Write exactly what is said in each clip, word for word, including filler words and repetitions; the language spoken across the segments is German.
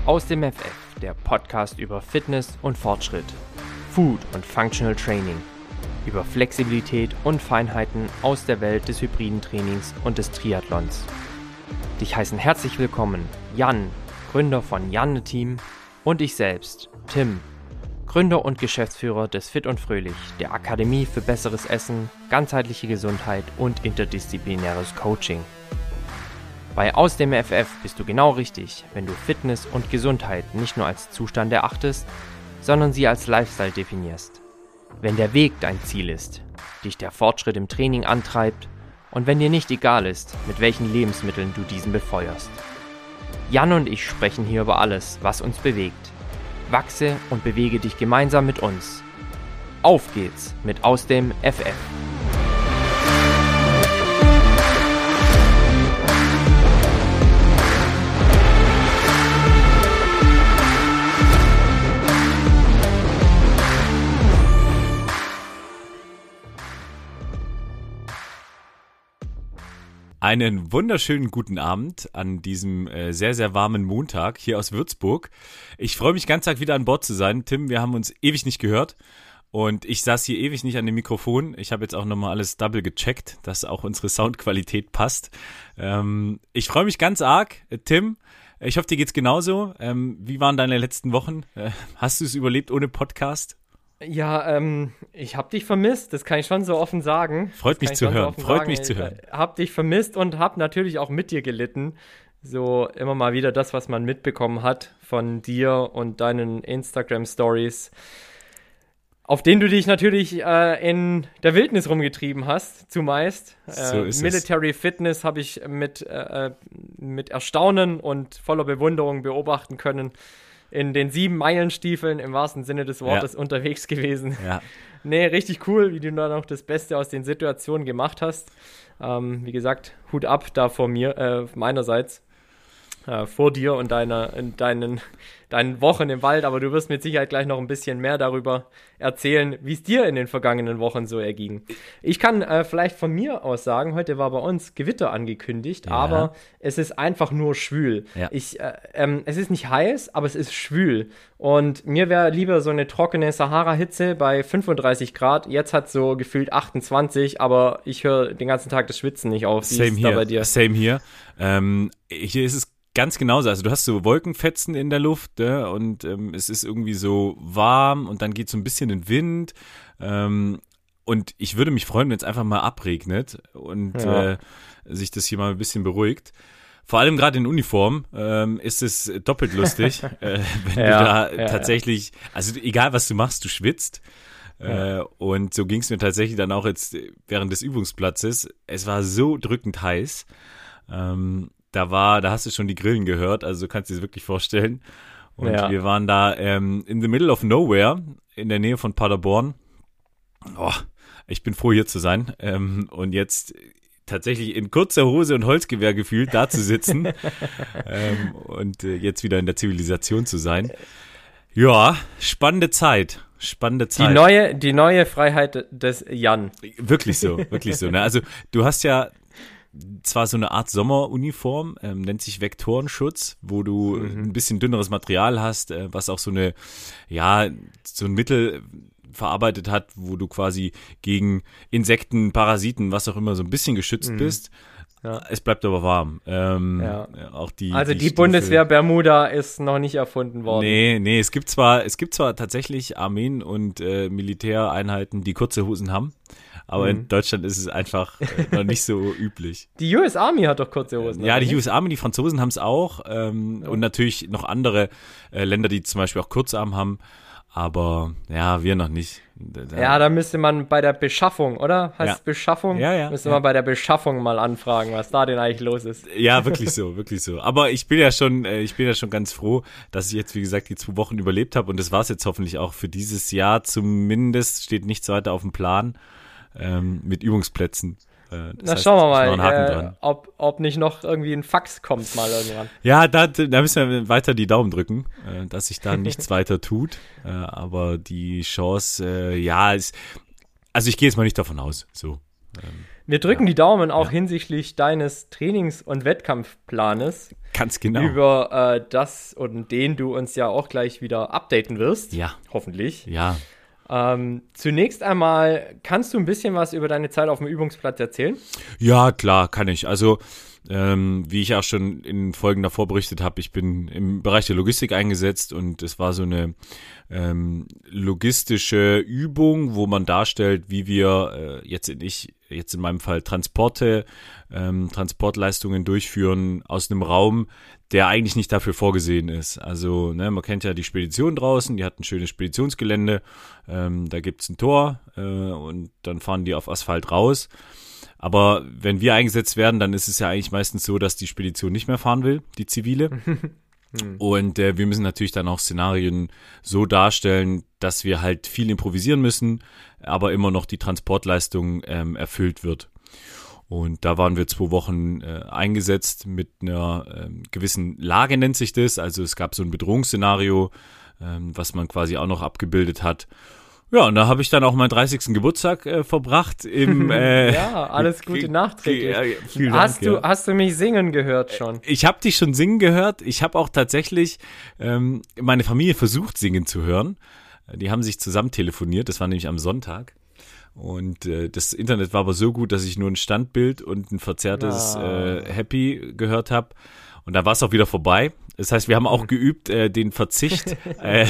Aus dem F F, der Podcast über Fitness und Fortschritt, Food und Functional Training, über Flexibilität und Feinheiten aus der Welt des hybriden Trainings und des Triathlons. Dich heißen herzlich willkommen Jan, Gründer von Janne Team, und ich selbst, Tim, Gründer und Geschäftsführer des Fit und Fröhlich, der Akademie für besseres Essen, ganzheitliche Gesundheit und interdisziplinäres Coaching. Bei Aus dem F F bist du genau richtig, wenn du Fitness und Gesundheit nicht nur als Zustand erachtest, sondern sie als Lifestyle definierst. Wenn der Weg dein Ziel ist, dich der Fortschritt im Training antreibt und wenn dir nicht egal ist, mit welchen Lebensmitteln du diesen befeuerst. Jan und ich sprechen hier über alles, was uns bewegt. Wachse und bewege dich gemeinsam mit uns. Auf geht's mit Aus dem F F. Einen wunderschönen guten Abend an diesem äh, sehr, sehr warmen Montag hier aus Würzburg. Ich freue mich ganz arg wieder an Bord zu sein. Tim, wir haben uns ewig nicht gehört und ich saß hier ewig nicht an dem Mikrofon. Ich habe jetzt auch nochmal alles double gecheckt, dass auch unsere Soundqualität passt. Ähm, ich freue mich ganz arg. Äh, Tim, ich hoffe, dir geht's genauso. Ähm, wie waren deine letzten Wochen? Äh, hast du es überlebt ohne Podcast? Ja, ähm, ich hab dich vermisst, das kann ich schon so offen sagen. Freut mich zu hören, freut mich zu hören. Ich hab dich vermisst und hab natürlich auch mit dir gelitten. So immer mal wieder das, was man mitbekommen hat von dir und deinen Instagram-Stories, auf denen du dich natürlich äh, in der Wildnis rumgetrieben hast, zumeist. So äh, ist Military es. Fitness habe ich mit, äh, mit Erstaunen und voller Bewunderung beobachten können. In den sieben Meilenstiefeln im wahrsten Sinne des Wortes ja. unterwegs gewesen. Ja. Nee, richtig cool, wie du da noch das Beste aus den Situationen gemacht hast. Ähm, wie gesagt, Hut ab da vor mir, äh, meinerseits. Äh, vor dir und deiner, in deinen, deinen Wochen im Wald, aber du wirst mit Sicherheit gleich noch ein bisschen mehr darüber erzählen, wie es dir in den vergangenen Wochen so erging. Ich kann äh, vielleicht von mir aus sagen, heute war bei uns Gewitter angekündigt, ja. aber es ist einfach nur schwül. Ja. Ich, äh, ähm, es ist nicht heiß, aber es ist schwül. Und mir wäre lieber so eine trockene Sahara-Hitze bei fünfunddreißig Grad. Jetzt hat es so gefühlt achtundzwanzig, aber ich höre den ganzen Tag das Schwitzen nicht auf. Wie Same ist es hier, da bei dir? Same hier. Ähm, hier ist es ganz genauso, also du hast so Wolkenfetzen in der Luft, ja, und ähm, es ist irgendwie so warm und dann geht so ein bisschen in Wind ähm, und ich würde mich freuen, wenn es einfach mal abregnet und ja. äh, sich das hier mal ein bisschen beruhigt. Vor allem gerade in Uniform ähm, ist es doppelt lustig, äh, wenn ja, du da ja, tatsächlich, also egal was du machst, du schwitzt. Ja. Äh, und so ging es mir tatsächlich dann auch jetzt während des Übungsplatzes. Es war so drückend heiß. Ähm, Da war, da hast du schon die Grillen gehört, also du kannst dir das wirklich vorstellen. Und ja. wir waren da ähm, in the middle of nowhere, in der Nähe von Paderborn. Oh, ich bin froh, hier zu sein. Ähm, und jetzt tatsächlich in kurzer Hose und Holzgewehr gefühlt da zu sitzen ähm, und äh, jetzt wieder in der Zivilisation zu sein. Ja, spannende Zeit. Spannende Zeit. Die neue, die neue Freiheit des Jan. Wirklich so, wirklich so. Ne? Also du hast ja zwar so eine Art Sommeruniform, ähm, nennt sich Vektorenschutz, wo du mhm. ein bisschen dünneres Material hast, äh, was auch so eine, ja, so ein Mittel verarbeitet hat, wo du quasi gegen Insekten, Parasiten, was auch immer, so ein bisschen geschützt mhm. bist. Ja. Es bleibt aber warm. Ähm, ja. auch die, also die, die Bundeswehr Bermuda ist noch nicht erfunden worden. Nee, nee, es gibt zwar, es gibt zwar tatsächlich Armeen und äh, Militäreinheiten, die kurze Hosen haben, aber mhm. in Deutschland ist es einfach äh, noch nicht so üblich. Die U S Army hat doch kurze Hosen. Ja, die U S Army, die Franzosen haben es auch ähm, ja. und natürlich noch andere äh, Länder, die zum Beispiel auch Kurzarm haben. Aber ja, wir noch nicht. Da, ja, da müsste man bei der Beschaffung, oder? Heißt ja. Beschaffung? Ja, ja. Müsste ja. man bei der Beschaffung mal anfragen, was da denn eigentlich los ist. Ja, wirklich so, wirklich so. Aber ich bin ja schon, ich bin ja schon ganz froh, dass ich jetzt, wie gesagt, die zwei Wochen überlebt habe. Und das war es jetzt hoffentlich auch für dieses Jahr. Zumindest steht nichts weiter auf dem Plan ähm, mit Übungsplätzen. Das Na, heißt, schauen wir mal, äh, ob, ob nicht noch irgendwie ein Fax kommt mal irgendwann. Ja, da, da müssen wir weiter die Daumen drücken, äh, dass sich da nichts weiter tut. Äh, aber die Chance, äh, ja, ist, also ich gehe jetzt mal nicht davon aus. So. Ähm. Wir drücken ja. die Daumen auch ja. hinsichtlich deines Trainings- und Wettkampfplanes. Ganz genau. Über äh, das und den du uns ja auch gleich wieder updaten wirst. Ja. Hoffentlich. Ja. Ähm, zunächst einmal, kannst du ein bisschen was über deine Zeit auf dem Übungsplatz erzählen? Ja, klar, kann ich. Also, ähm, wie ich auch schon in Folgen davor berichtet habe, ich bin im Bereich der Logistik eingesetzt und es war so eine ähm, logistische Übung, wo man darstellt, wie wir äh, jetzt in ich jetzt in meinem Fall Transporte, ähm, Transportleistungen durchführen aus einem Raum, der eigentlich nicht dafür vorgesehen ist. Also ne, man kennt ja die Spedition draußen, die hat ein schönes Speditionsgelände, ähm, da gibt's ein Tor äh, und dann fahren die auf Asphalt raus. Aber wenn wir eingesetzt werden, dann ist es ja eigentlich meistens so, dass die Spedition nicht mehr fahren will, die zivile. Und äh, wir müssen natürlich dann auch Szenarien so darstellen, dass wir halt viel improvisieren müssen, aber immer noch die Transportleistung ähm, erfüllt wird. Und da waren wir zwei Wochen äh, eingesetzt mit einer ähm, gewissen Lage, nennt sich das. Also es gab so ein Bedrohungsszenario, ähm, was man quasi auch noch abgebildet hat. Ja, und da habe ich dann auch meinen dreißigsten Geburtstag äh, verbracht im äh, ja, alles Gute nachträglich. Ja, vielen hast Dank, du ja. hast du mich singen gehört schon? Ich habe dich schon singen gehört. Ich habe auch tatsächlich ähm, meine Familie versucht, singen zu hören. Die haben sich zusammen telefoniert. Das war nämlich am Sonntag. Und äh, das Internet war aber so gut, dass ich nur ein Standbild und ein verzerrtes ah. äh, Happy gehört habe. Und dann war es auch wieder vorbei. Das heißt, wir haben auch geübt, äh, den Verzicht äh,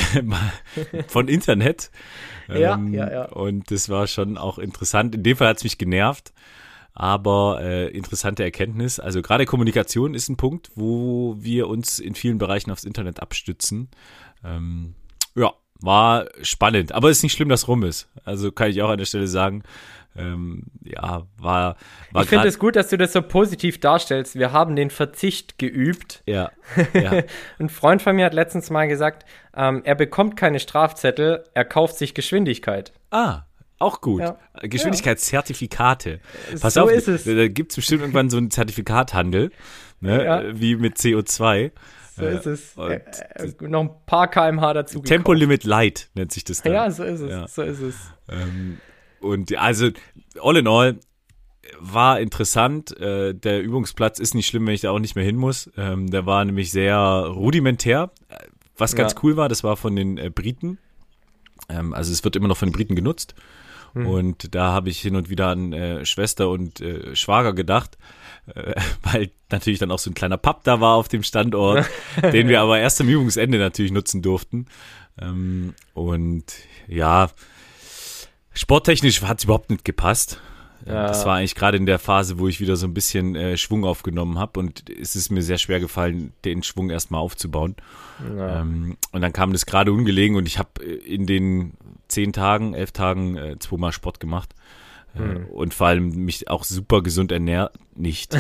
von Internet. Ähm, ja, ja, ja. Und das war schon auch interessant. In dem Fall hat es mich genervt, aber äh, interessante Erkenntnis. Also gerade Kommunikation ist ein Punkt, wo wir uns in vielen Bereichen aufs Internet abstützen. Ähm, ja, war spannend. Aber es ist nicht schlimm, dass rum ist. Also kann ich auch an der Stelle sagen, ähm, ja, war, war ich finde es gut, dass du das so positiv darstellst. Wir haben den Verzicht geübt. Ja, ja. Ein Freund von mir hat letztens mal gesagt, ähm, er bekommt keine Strafzettel, er kauft sich Geschwindigkeit. Ah, auch gut. Ja. Geschwindigkeitszertifikate. Ja. Pass so auf, ist es. Da gibt es bestimmt irgendwann so einen Zertifikathandel, ne, ja. wie mit C O zwei. So äh, ist es. Äh, äh, noch ein paar Kilometer pro Stunde dazu gekauft. Tempolimit Light nennt sich das dann. Ja, so ist es. Ja. So ist es. Ähm, Und also, all in all, war interessant. Äh, der Übungsplatz ist nicht schlimm, wenn ich da auch nicht mehr hin muss. Ähm, der war nämlich sehr rudimentär. Was ganz ja. cool war, das war von den äh, Briten. Ähm, also es wird immer noch von den Briten genutzt. Hm. Und da habe ich hin und wieder an äh, Schwester und äh, Schwager gedacht, äh, weil natürlich dann auch so ein kleiner Pub da war auf dem Standort, den wir aber erst am Übungsende natürlich nutzen durften. Ähm, und ja, sporttechnisch hat es überhaupt nicht gepasst. Ja. Das war eigentlich gerade in der Phase, wo ich wieder so ein bisschen äh, Schwung aufgenommen habe und es ist mir sehr schwer gefallen, den Schwung erstmal aufzubauen. Ja. Ähm, und dann kam das gerade ungelegen und ich habe in den zehn Tagen, elf Tagen äh, zweimal Sport gemacht. Hm. Und vor allem mich auch super gesund ernährt, nicht.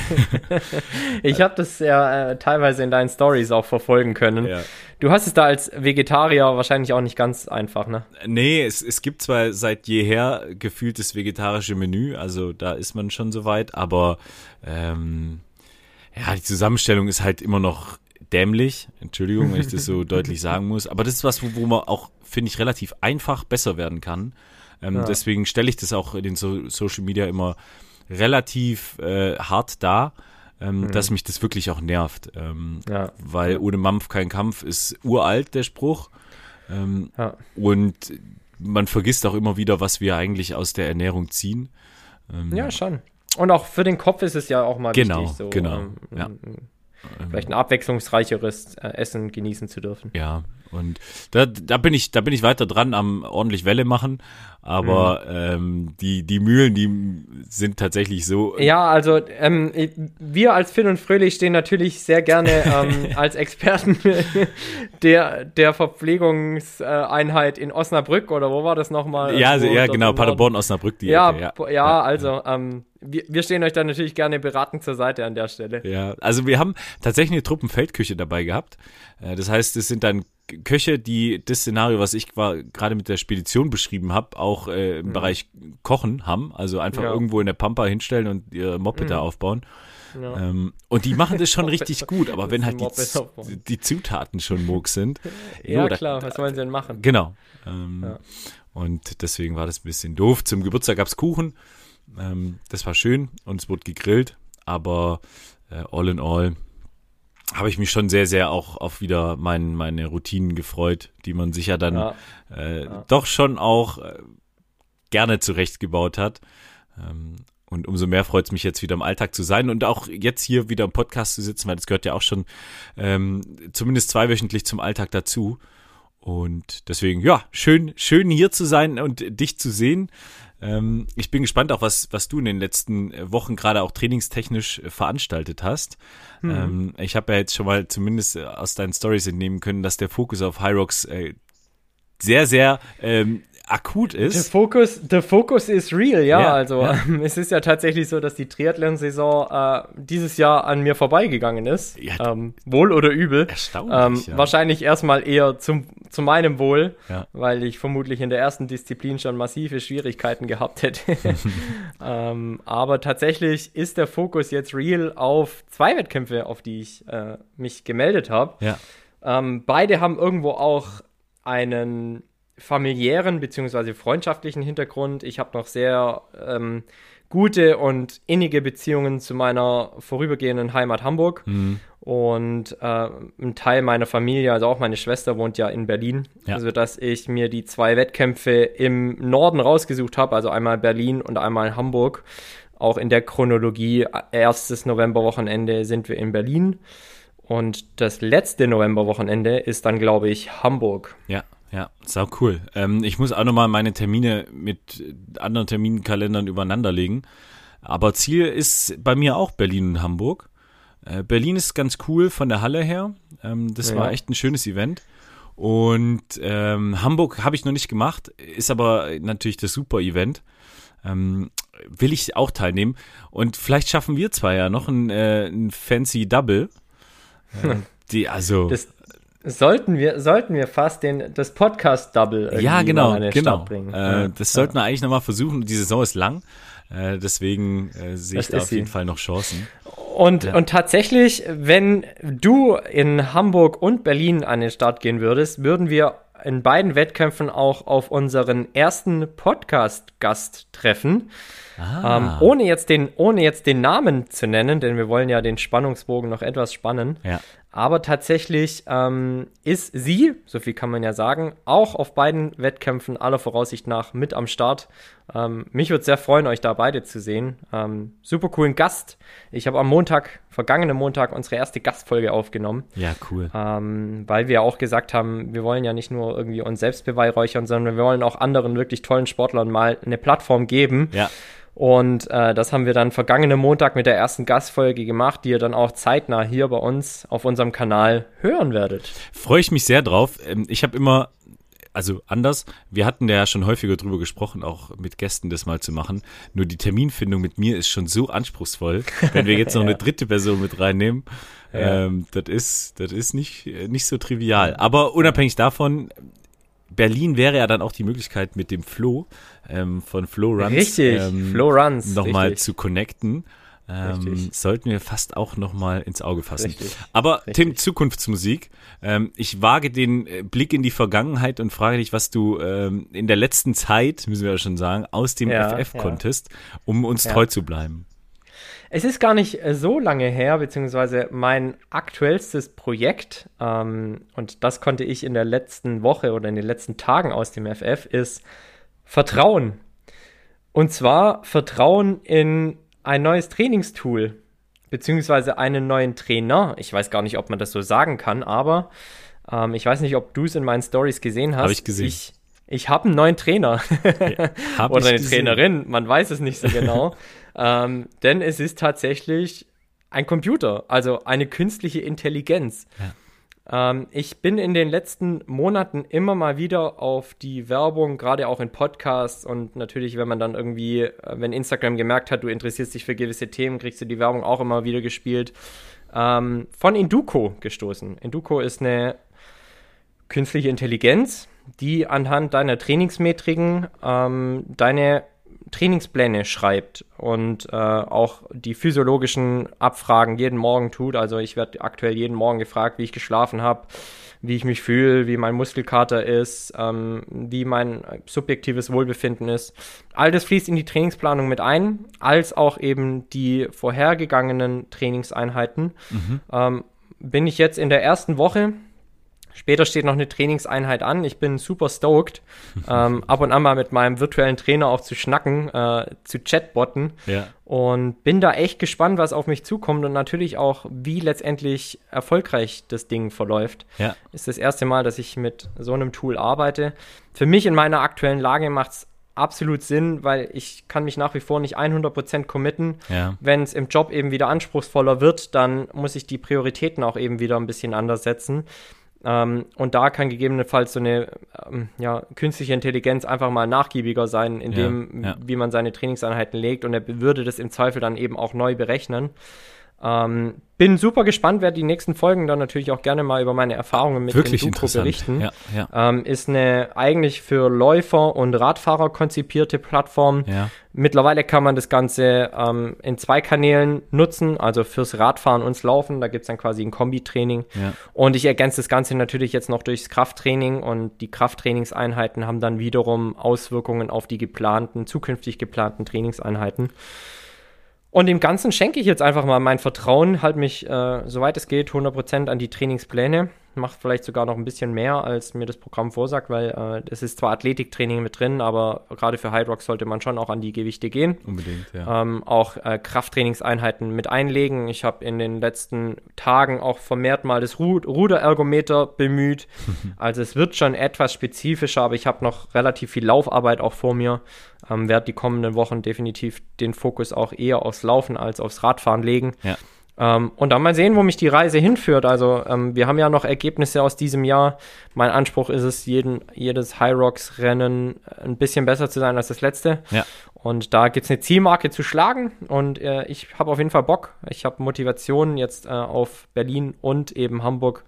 Ich habe das ja äh, teilweise in deinen Stories auch verfolgen können. Ja. Du hast es da als Vegetarier wahrscheinlich auch nicht ganz einfach, ne? Nee, es, es gibt zwar seit jeher gefühlt das vegetarische Menü, also da ist man schon soweit, aber ähm, ja, die Zusammenstellung ist halt immer noch dämlich. Entschuldigung, wenn ich das so deutlich sagen muss. Aber das ist was, wo, wo man auch, finde ich, relativ einfach besser werden kann. Ähm, Ja. Deswegen stelle ich das auch in den so- Social Media immer relativ äh, hart dar, ähm, Mhm. dass mich das wirklich auch nervt. Ähm, Ja. Weil ohne Mampf kein Kampf ist uralt, der Spruch. Ähm, Ja. Und man vergisst auch immer wieder, was wir eigentlich aus der Ernährung ziehen. Ähm, Ja, schon. Und auch für den Kopf ist es ja auch mal Genau, wichtig, so genau, ähm, ja. ähm, vielleicht ein abwechslungsreicheres äh, Essen genießen zu dürfen. Ja, und da, da bin ich, da bin ich weiter dran am ordentlich Welle machen, aber ähm, die, die Mühlen, die sind tatsächlich so. Ja, also ähm, wir als Fit und Fröhlich stehen natürlich sehr gerne ähm, als Experten der, der Verpflegungseinheit in Osnabrück, oder wo war das nochmal? Ja, Irgendwo ja, dort genau, im Norden. Paderborn, Osnabrück, die Ja, Ecke, ja. po- ja, also ähm, wir, wir stehen euch da natürlich gerne beratend zur Seite an der Stelle. Ja, also wir haben tatsächlich eine Truppenfeldküche dabei gehabt. Äh, Das heißt, es sind dann Köche, die das Szenario, was ich qua- gerade mit der Spedition beschrieben habe, auch äh, im Mhm. Bereich Kochen haben. Also einfach Ja. irgendwo in der Pampa hinstellen und ihr Moped da Mhm. aufbauen. Ja. Ähm, und die machen das schon richtig gut, aber Das wenn ist halt ein die, Moped Z- aufbauen. die Zutaten schon Murks sind. Ja, jo, da- klar, was wollen sie denn machen? Genau. Ähm, Ja. Und deswegen war das ein bisschen doof. Zum Geburtstag gab's Kuchen. Ähm, das war schön und es wurde gegrillt, aber äh, all in all habe ich mich schon sehr, sehr auch auf wieder mein, meine Routinen gefreut, die man sich ja dann ja. Äh, ja. doch schon auch äh, gerne zurechtgebaut hat. Ähm, und umso mehr freut es mich jetzt wieder im Alltag zu sein und auch jetzt hier wieder im Podcast zu sitzen, weil das gehört ja auch schon ähm, zumindest zweiwöchentlich zum Alltag dazu. Und deswegen, ja, schön, schön hier zu sein und dich zu sehen. Ähm, ich bin gespannt auch, was, was du in den letzten Wochen gerade auch trainingstechnisch veranstaltet hast. Mhm. Ähm, ich habe ja jetzt schon mal zumindest aus deinen Stories entnehmen können, dass der Fokus auf Hyrox äh, sehr, sehr ähm, akut ist. Der Fokus, der Fokus ist real, ja. ja also ja. Ähm, es ist ja tatsächlich so, dass die Triathlon-Saison äh, dieses Jahr an mir vorbeigegangen ist. Ja, ähm, wohl oder übel. Erstaunlich. Ähm, ja. Wahrscheinlich erstmal eher zum, zu meinem Wohl, ja. weil ich vermutlich in der ersten Disziplin schon massive Schwierigkeiten gehabt hätte. ähm, aber tatsächlich ist der Fokus jetzt real auf zwei Wettkämpfe, auf die ich äh, mich gemeldet habe. Ja. Ähm, beide haben irgendwo auch einen familiären bzw. freundschaftlichen Hintergrund. Ich habe noch sehr ähm, gute und innige Beziehungen zu meiner vorübergehenden Heimat Hamburg. Mhm. Und äh, ein Teil meiner Familie, also auch meine Schwester, wohnt ja in Berlin, ja. sodass ich mir die zwei Wettkämpfe im Norden rausgesucht habe, also einmal Berlin und einmal Hamburg. Auch in der Chronologie, erstes Novemberwochenende sind wir in Berlin und das letzte Novemberwochenende ist dann, glaube ich, Hamburg. Ja. Ja, sau cool. Ähm, ich muss auch nochmal meine Termine mit anderen Terminkalendern übereinander legen. Aber Ziel ist bei mir auch Berlin und Hamburg. Äh, Berlin ist ganz cool von der Halle her. Ähm, das ja. war echt ein schönes Event. Und ähm, Hamburg habe ich noch nicht gemacht, ist aber natürlich das super Event. Ähm, will ich auch teilnehmen. Und vielleicht schaffen wir zwei ja noch ein, äh, ein fancy Double. Äh, die, also... Das Sollten wir, sollten wir fast den, das Podcast-Double irgendwie ja, genau, mal an den genau. Start bringen. Äh, ja, das sollten wir eigentlich nochmal versuchen. Die Saison ist lang, äh, deswegen äh, sehe ich da auf sie. jeden Fall noch Chancen. Und, ja. und tatsächlich, wenn du in Hamburg und Berlin an den Start gehen würdest, würden wir in beiden Wettkämpfen auch auf unseren ersten Podcast-Gast treffen. Ah. Ähm, ohne jetzt den, ohne jetzt den Namen zu nennen, denn wir wollen ja den Spannungsbogen noch etwas spannen. Ja. Aber tatsächlich ähm, ist sie, so viel kann man ja sagen, auch auf beiden Wettkämpfen aller Voraussicht nach mit am Start. Ähm, mich würde sehr freuen, euch da beide zu sehen. Ähm, super coolen Gast. Ich habe am Montag, vergangenen Montag, unsere erste Gastfolge aufgenommen. Ja, cool. Ähm, weil wir auch gesagt haben, wir wollen ja nicht nur irgendwie uns selbst beweihräuchern, sondern wir wollen auch anderen wirklich tollen Sportlern mal eine Plattform geben. Ja. Und äh, das haben wir dann vergangenen Montag mit der ersten Gastfolge gemacht, die ihr dann auch zeitnah hier bei uns auf unserem Kanal hören werdet. Freue ich mich sehr drauf. Ich habe immer, also anders, wir hatten ja schon häufiger drüber gesprochen, auch mit Gästen das mal zu machen. Nur die Terminfindung mit mir ist schon so anspruchsvoll, wenn wir jetzt noch ja. eine dritte Person mit reinnehmen. Ja. Ähm, das ist, das ist nicht, nicht so trivial. Aber unabhängig davon, Berlin wäre ja dann auch die Möglichkeit mit dem Flo ähm, von Flo Runs richtig, ähm, Flo Runs nochmal zu connecten. Ähm, sollten wir fast auch nochmal ins Auge fassen. Richtig. Aber Richtig. Tim, Zukunftsmusik. Ähm, ich wage den Blick in die Vergangenheit und frage dich, was du ähm, in der letzten Zeit, müssen wir ja schon sagen, aus dem ja, F F ja. konntest, um uns ja. treu zu bleiben. Es ist gar nicht so lange her, beziehungsweise mein aktuellstes Projekt, ähm, und das konnte ich in der letzten Woche oder in den letzten Tagen aus dem F F, ist Vertrauen. Und zwar Vertrauen in ein neues Trainingstool, beziehungsweise einen neuen Trainer. Ich weiß gar nicht, ob man das so sagen kann, aber ähm, ich weiß nicht, ob du es in meinen Stories gesehen hast. Habe ich gesehen. Ich, ich habe einen neuen Trainer. Ja, hab oder eine gesehen. Trainerin, man weiß es nicht so genau. ähm, denn es ist tatsächlich ein Computer, also eine künstliche Intelligenz. Ja. Ähm, ich bin in den letzten Monaten immer mal wieder auf die Werbung, gerade auch in Podcasts und natürlich, wenn man dann irgendwie, wenn Instagram gemerkt hat, du interessierst dich für gewisse Themen, kriegst du die Werbung auch immer wieder gespielt, ähm, von Induco gestoßen. Induco ist eine künstliche Intelligenz, die anhand deiner Trainingsmetriken ähm, deine Trainingspläne schreibt und äh, auch die physiologischen Abfragen jeden Morgen tut. Also ich werde aktuell jeden Morgen gefragt, wie ich geschlafen habe, wie ich mich fühle, wie mein Muskelkater ist, ähm, wie mein subjektives Wohlbefinden ist. All das fließt in die Trainingsplanung mit ein, als auch eben die vorhergegangenen Trainingseinheiten. Mhm. Ähm, bin ich jetzt in der ersten Woche. Später steht noch eine Trainingseinheit an. Ich bin super stoked, ähm, ab und an mal mit meinem virtuellen Trainer auch zu schnacken, äh, zu chatbotten. Ja. Und bin da echt gespannt, was auf mich zukommt und natürlich auch, wie letztendlich erfolgreich das Ding verläuft. Ja. Ist das erste Mal, dass ich mit so einem Tool arbeite. Für mich in meiner aktuellen Lage macht es absolut Sinn, weil ich kann mich nach wie vor nicht hundert Prozent committen. Ja. Wenn es im Job eben wieder anspruchsvoller wird, dann muss ich die Prioritäten auch eben wieder ein bisschen anders setzen. Ähm, und da kann gegebenenfalls so eine ähm, ja, künstliche Intelligenz einfach mal nachgiebiger sein, in dem, ja, ja. wie man seine Trainingseinheiten legt, und er würde das im Zweifel dann eben auch neu berechnen. Ähm, bin super gespannt, werde die nächsten Folgen dann natürlich auch gerne mal über meine Erfahrungen mit Wirklich dem Ducro berichten. Ja, ja. Ähm, ist eine eigentlich für Läufer und Radfahrer konzipierte Plattform. Ja. Mittlerweile kann man das Ganze ähm, in zwei Kanälen nutzen, also fürs Radfahren und das Laufen. Da gibt es dann quasi ein Kombitraining. Ja. Und ich ergänze das Ganze natürlich jetzt noch durchs Krafttraining, und die Krafttrainingseinheiten haben dann wiederum Auswirkungen auf die geplanten, zukünftig geplanten Trainingseinheiten. Und dem Ganzen schenke ich jetzt einfach mal mein Vertrauen, halte mich, äh, soweit es geht, hundert Prozent an die Trainingspläne. Mache vielleicht sogar noch ein bisschen mehr, als mir das Programm vorsagt, weil es äh, ist zwar Athletiktraining mit drin, aber gerade für Hydrox sollte man schon auch an die Gewichte gehen. Unbedingt, ja. Ähm, auch äh, Krafttrainingseinheiten mit einlegen. Ich habe in den letzten Tagen auch vermehrt mal das Ru- Ruderergometer bemüht. Also es wird schon etwas spezifischer, aber ich habe noch relativ viel Laufarbeit auch vor mir. Ähm, werde die kommenden Wochen definitiv den Fokus auch eher aufs Laufen als aufs Radfahren legen. Ja. Ähm, und dann mal sehen, wo mich die Reise hinführt. Also ähm, wir haben ja noch Ergebnisse aus diesem Jahr. Mein Anspruch ist es, jeden, jedes Hyrox-Rennen ein bisschen besser zu sein als das letzte. Ja. Und da gibt es eine Zielmarke zu schlagen, und äh, ich habe auf jeden Fall Bock. Ich habe Motivation, jetzt äh, auf Berlin und eben Hamburg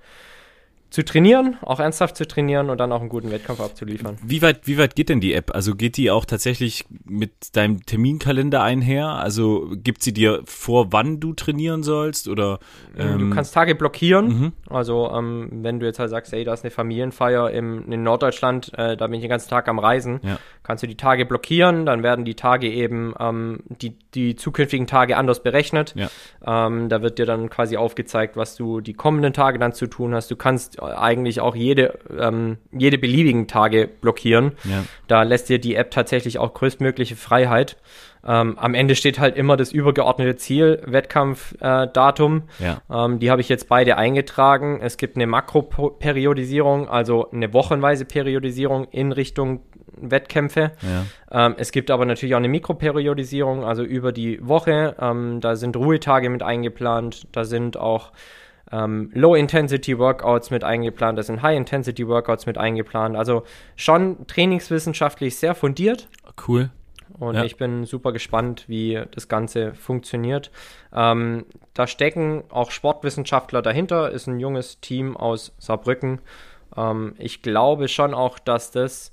zu trainieren, auch ernsthaft zu trainieren und dann auch einen guten Wettkampf abzuliefern. Wie weit, wie weit geht denn die App? Also geht die auch tatsächlich mit deinem Terminkalender einher? Also gibt sie dir vor, wann du trainieren sollst? Oder ähm du kannst Tage blockieren. Mhm. Also ähm, wenn du jetzt halt sagst, hey, da ist eine Familienfeier im, in Norddeutschland, äh, da bin ich den ganzen Tag am Reisen, ja. kannst du die Tage blockieren, dann werden die Tage eben, ähm, die, die zukünftigen Tage anders berechnet. Ja. Ähm, da wird dir dann quasi aufgezeigt, was du die kommenden Tage dann zu tun hast. Du kannst eigentlich auch jede, ähm, jede beliebigen Tage blockieren. Ja. Da lässt dir die App tatsächlich auch größtmögliche Freiheit. Ähm, am Ende steht halt immer das übergeordnete Ziel, Wettkampfdatum. Äh, ja. ähm, die habe ich jetzt beide eingetragen. Es gibt eine Makroperiodisierung, also eine wochenweise Periodisierung in Richtung Wettkämpfe. Ja. Ähm, es gibt aber natürlich auch eine Mikroperiodisierung, also über die Woche. Ähm, da sind Ruhetage mit eingeplant. Da sind auch ähm, Low-Intensity-Workouts mit eingeplant. Da sind High-Intensity-Workouts mit eingeplant. Also schon trainingswissenschaftlich sehr fundiert. Cool. Und ja. ich bin super gespannt, wie das Ganze funktioniert. Ähm, da stecken auch Sportwissenschaftler dahinter, ist ein junges Team aus Saarbrücken. Ähm, ich glaube schon auch, dass das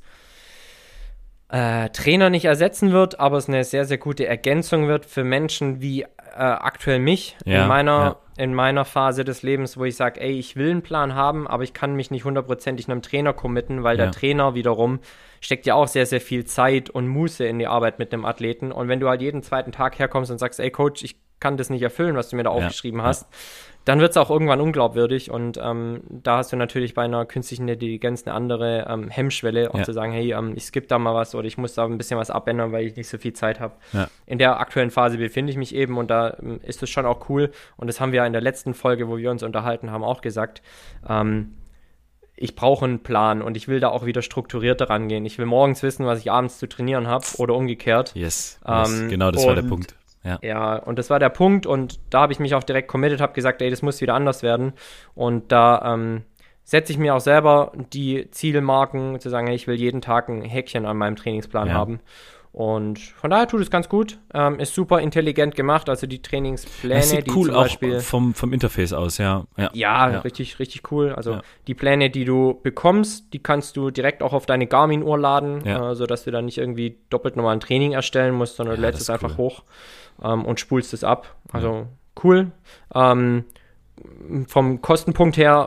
äh, Trainer nicht ersetzen wird, aber es eine sehr, sehr gute Ergänzung wird für Menschen wie äh, aktuell mich ja, in meiner ja. in meiner Phase des Lebens, wo ich sage, ey, ich will einen Plan haben, aber ich kann mich nicht hundertprozentig einem Trainer committen, weil ja. der Trainer wiederum steckt ja auch sehr, sehr viel Zeit und Muße in die Arbeit mit einem Athleten. Und wenn du halt jeden zweiten Tag herkommst und sagst, ey Coach, ich kann das nicht erfüllen, was du mir da ja. aufgeschrieben hast, ja. dann wird es auch irgendwann unglaubwürdig. Und ähm, da hast du natürlich bei einer künstlichen Intelligenz eine andere ähm, Hemmschwelle, auch ja. zu sagen, hey, ähm, ich skippe da mal was oder ich muss da ein bisschen was abändern, weil ich nicht so viel Zeit habe. Ja. In der aktuellen Phase befinde ich mich eben, und da ähm, ist es schon auch cool. Und das haben wir in der letzten Folge, wo wir uns unterhalten haben, auch gesagt. Ähm, ich brauche einen Plan und ich will da auch wieder strukturierter rangehen. Ich will morgens wissen, was ich abends zu trainieren habe oder umgekehrt. Yes, yes. Ähm, genau, das war der Punkt. Ja. ja, und das war der Punkt, und da habe ich mich auch direkt committed, habe gesagt, ey, das muss wieder anders werden. Und da ähm, setze ich mir auch selber die Zielmarken, zu sagen, hey, ich will jeden Tag ein Häkchen an meinem Trainingsplan ja. haben. Und von daher tut es ganz gut. Ähm, ist super intelligent gemacht, also die Trainingspläne, das sieht die cool zum auch Beispiel vom, vom Interface aus, ja. Ja, ja, ja. richtig, richtig cool. Also ja. die Pläne, die du bekommst, die kannst du direkt auch auf deine Garmin-Uhr laden, ja. äh, sodass du dann nicht irgendwie doppelt nochmal ein Training erstellen musst, sondern du ja, lädst es einfach cool. hoch ähm, und spulst es ab. Also ja. cool. Ähm, vom Kostenpunkt her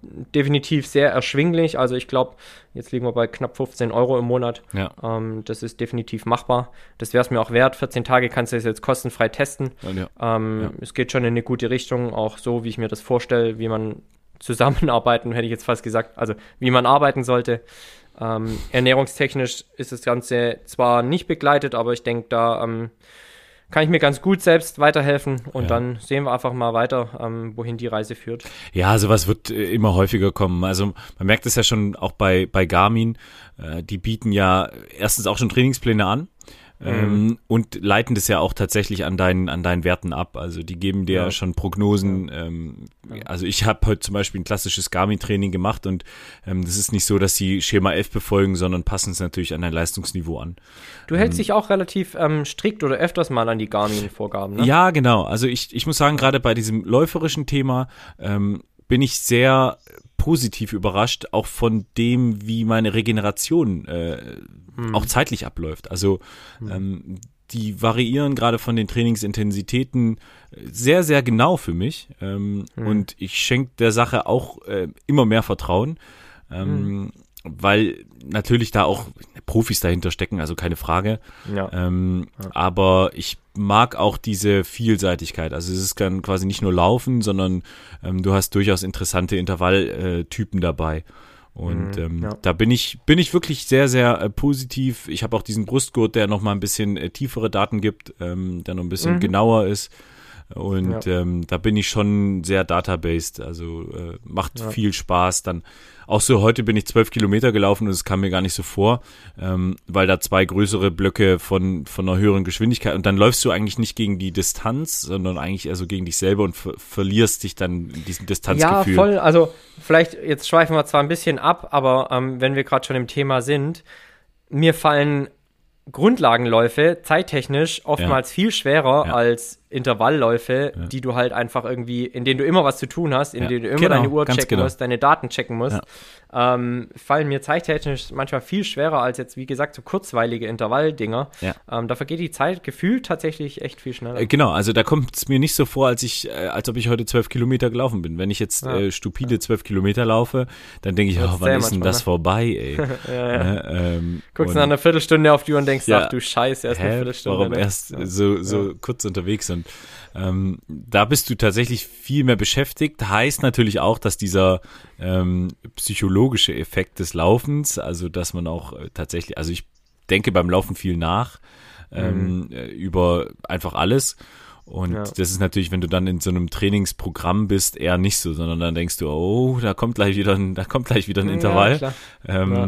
definitiv sehr erschwinglich. Also ich glaube, jetzt liegen wir bei knapp fünfzehn Euro im Monat. Ja. Ähm, das ist definitiv machbar. Das wäre es mir auch wert. vierzehn Tage kannst du es jetzt kostenfrei testen. Ja. Ähm, Ja. Es geht schon in eine gute Richtung, auch so, wie ich mir das vorstelle, wie man zusammenarbeiten, hätte ich jetzt fast gesagt, also wie man arbeiten sollte. Ähm, ernährungstechnisch ist das Ganze zwar nicht begleitet, aber ich denke, da ähm, kann ich mir ganz gut selbst weiterhelfen und Ja. dann sehen wir einfach mal weiter, ähm, wohin die Reise führt. Ja, sowas wird äh, immer häufiger kommen. Also man merkt es ja schon auch bei, bei Garmin. Äh, die bieten ja erstens auch schon Trainingspläne an. Ähm, mhm. Und leiten das ja auch tatsächlich an deinen an deinen Werten ab. Also die geben dir ja. schon Prognosen. Ja. Ähm, also ich habe heute zum Beispiel ein klassisches Garmin-Training gemacht und ähm, das ist nicht so, dass sie Schema elf befolgen, sondern passen es natürlich an dein Leistungsniveau an. Du hältst ähm, dich auch relativ ähm, strikt oder öfters mal an die Garmin-Vorgaben, ne? Ja, genau. Also ich ich muss sagen, gerade bei diesem läuferischen Thema ähm, bin ich sehr positiv überrascht, auch von dem, wie meine Regeneration äh, hm. auch zeitlich abläuft. Also hm. ähm, die variieren gerade von den Trainingsintensitäten sehr, sehr genau für mich. Ähm, hm. Und ich schenke der Sache auch äh, immer mehr Vertrauen, ähm, hm. weil natürlich da auch Profis dahinter stecken, also keine Frage. Ja. Ähm, ja. Aber ich mag auch diese Vielseitigkeit. Also es ist dann quasi nicht nur Laufen, sondern ähm, du hast durchaus interessante Intervalltypen dabei. Und ähm, ja. da bin ich bin ich wirklich sehr, sehr äh, positiv. Ich habe auch diesen Brustgurt, der nochmal ein bisschen äh, tiefere Daten gibt, ähm, der noch ein bisschen mhm. genauer ist. Und ja. ähm, da bin ich schon sehr databased, also äh, macht ja. viel Spaß. Dann auch so, heute bin ich zwölf Kilometer gelaufen und es kam mir gar nicht so vor, ähm, weil da zwei größere Blöcke von von einer höheren Geschwindigkeit und dann läufst du eigentlich nicht gegen die Distanz, sondern eigentlich eher so gegen dich selber und ver- verlierst dich dann in diesem Distanzgefühl. Ja, voll, also vielleicht, jetzt schweifen wir zwar ein bisschen ab, aber ähm, wenn wir gerade schon im Thema sind, mir fallen Grundlagenläufe zeittechnisch oftmals ja. viel schwerer ja. als Intervallläufe, ja. die du halt einfach irgendwie, in denen du immer was zu tun hast, in ja. denen du immer genau, deine Uhr checken genau. musst, deine Daten checken musst, ja. ähm, fallen mir zeittechnisch manchmal viel schwerer als jetzt, wie gesagt, so kurzweilige Intervalldinger. Ja. Ähm, da vergeht die Zeit gefühlt tatsächlich echt viel schneller. Äh, genau, also da kommt es mir nicht so vor, als ich, äh, als ob ich heute zwölf Kilometer gelaufen bin. Wenn ich jetzt ja. äh, stupide zwölf Kilometer laufe, dann denke ich, oh, wann ist denn das ne? vorbei, ey? ja, ja. Ne, ähm, Guckst nach einer Viertelstunde auf die Uhr und denkst, ja, ach du Scheiße, erst hä, eine Viertelstunde. Warum ne? erst so, so ja. kurz unterwegs und ähm, da bist du tatsächlich viel mehr beschäftigt. Heißt natürlich auch, dass dieser ähm, psychologische Effekt des Laufens, also dass man auch äh, tatsächlich, also ich denke beim Laufen viel nach ähm, mhm. äh, über einfach alles. Und ja. das ist natürlich, wenn du dann in so einem Trainingsprogramm bist, eher nicht so, sondern dann denkst du, oh, da kommt gleich wieder ein, da kommt gleich wieder ein Intervall. Ja, klar. Ähm, ja.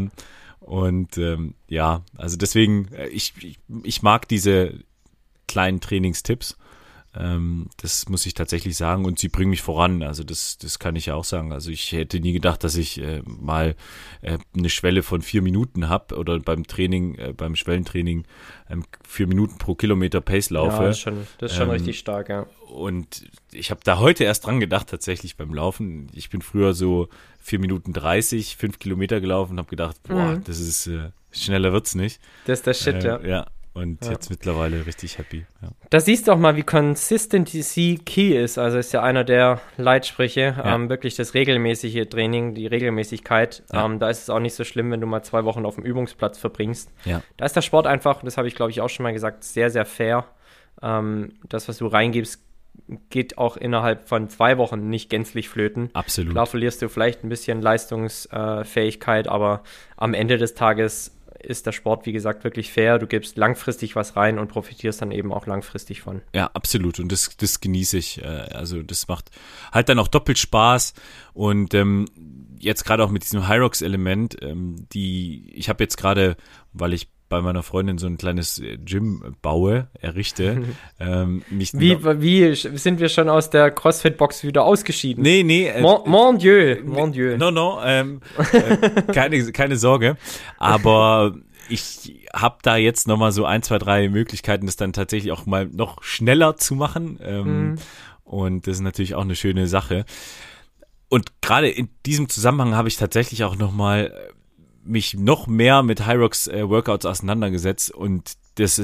Und ähm, ja, also deswegen, ich, ich, ich mag diese kleinen Trainingstipps. Ähm, das muss ich tatsächlich sagen und sie bringen mich voran. Also das, das kann ich ja auch sagen. Also ich hätte nie gedacht, dass ich äh, mal äh, eine Schwelle von vier Minuten habe oder beim Training, äh, beim Schwellentraining ähm, vier Minuten pro Kilometer Pace laufe. Ja, das ist schon, das ist schon ähm, richtig stark, ja. Und ich habe da heute erst dran gedacht, tatsächlich beim Laufen. Ich bin früher so vier Minuten dreißig, fünf Kilometer gelaufen und habe gedacht, boah, mhm. das ist, äh, schneller wird's nicht. Das ist der Shit, äh, ja. Ja. Und ja. jetzt mittlerweile richtig happy. Ja. Da siehst du auch mal, wie Consistency key ist. Also ist ja einer der Leitsprüche. Ja. Ähm, wirklich das regelmäßige Training, die Regelmäßigkeit. Ja. Ähm, da ist es auch nicht so schlimm, wenn du mal zwei Wochen auf dem Übungsplatz verbringst. Ja. Da ist der Sport einfach, das habe ich glaube ich auch schon mal gesagt, sehr, sehr fair. Ähm, das, was du reingibst, geht auch innerhalb von zwei Wochen nicht gänzlich flöten. Absolut. Klar verlierst du vielleicht ein bisschen Leistungsfähigkeit, aber am Ende des Tages ist der Sport, wie gesagt, wirklich fair. Du gibst langfristig was rein und profitierst dann eben auch langfristig von. Ja, absolut. Und das, das genieße ich. Also das macht halt dann auch doppelt Spaß. Und ähm, jetzt gerade auch mit diesem Hyrox-Element, ähm, die, ich habe jetzt gerade, weil ich bei meiner Freundin so ein kleines Gym baue, errichte. ähm, nicht wie, wie sind wir schon aus der CrossFit-Box wieder ausgeschieden? Nee, nee. Äh, mon, mon Dieu, mon Dieu. No, no, ähm, äh, keine, keine Sorge. Aber ich habe da jetzt nochmal so ein, zwei, drei Möglichkeiten, das dann tatsächlich auch mal noch schneller zu machen. Ähm, mhm. Und das ist natürlich auch eine schöne Sache. Und gerade in diesem Zusammenhang habe ich tatsächlich auch nochmal mich noch mehr mit Hyrox äh, Workouts auseinandergesetzt und das ist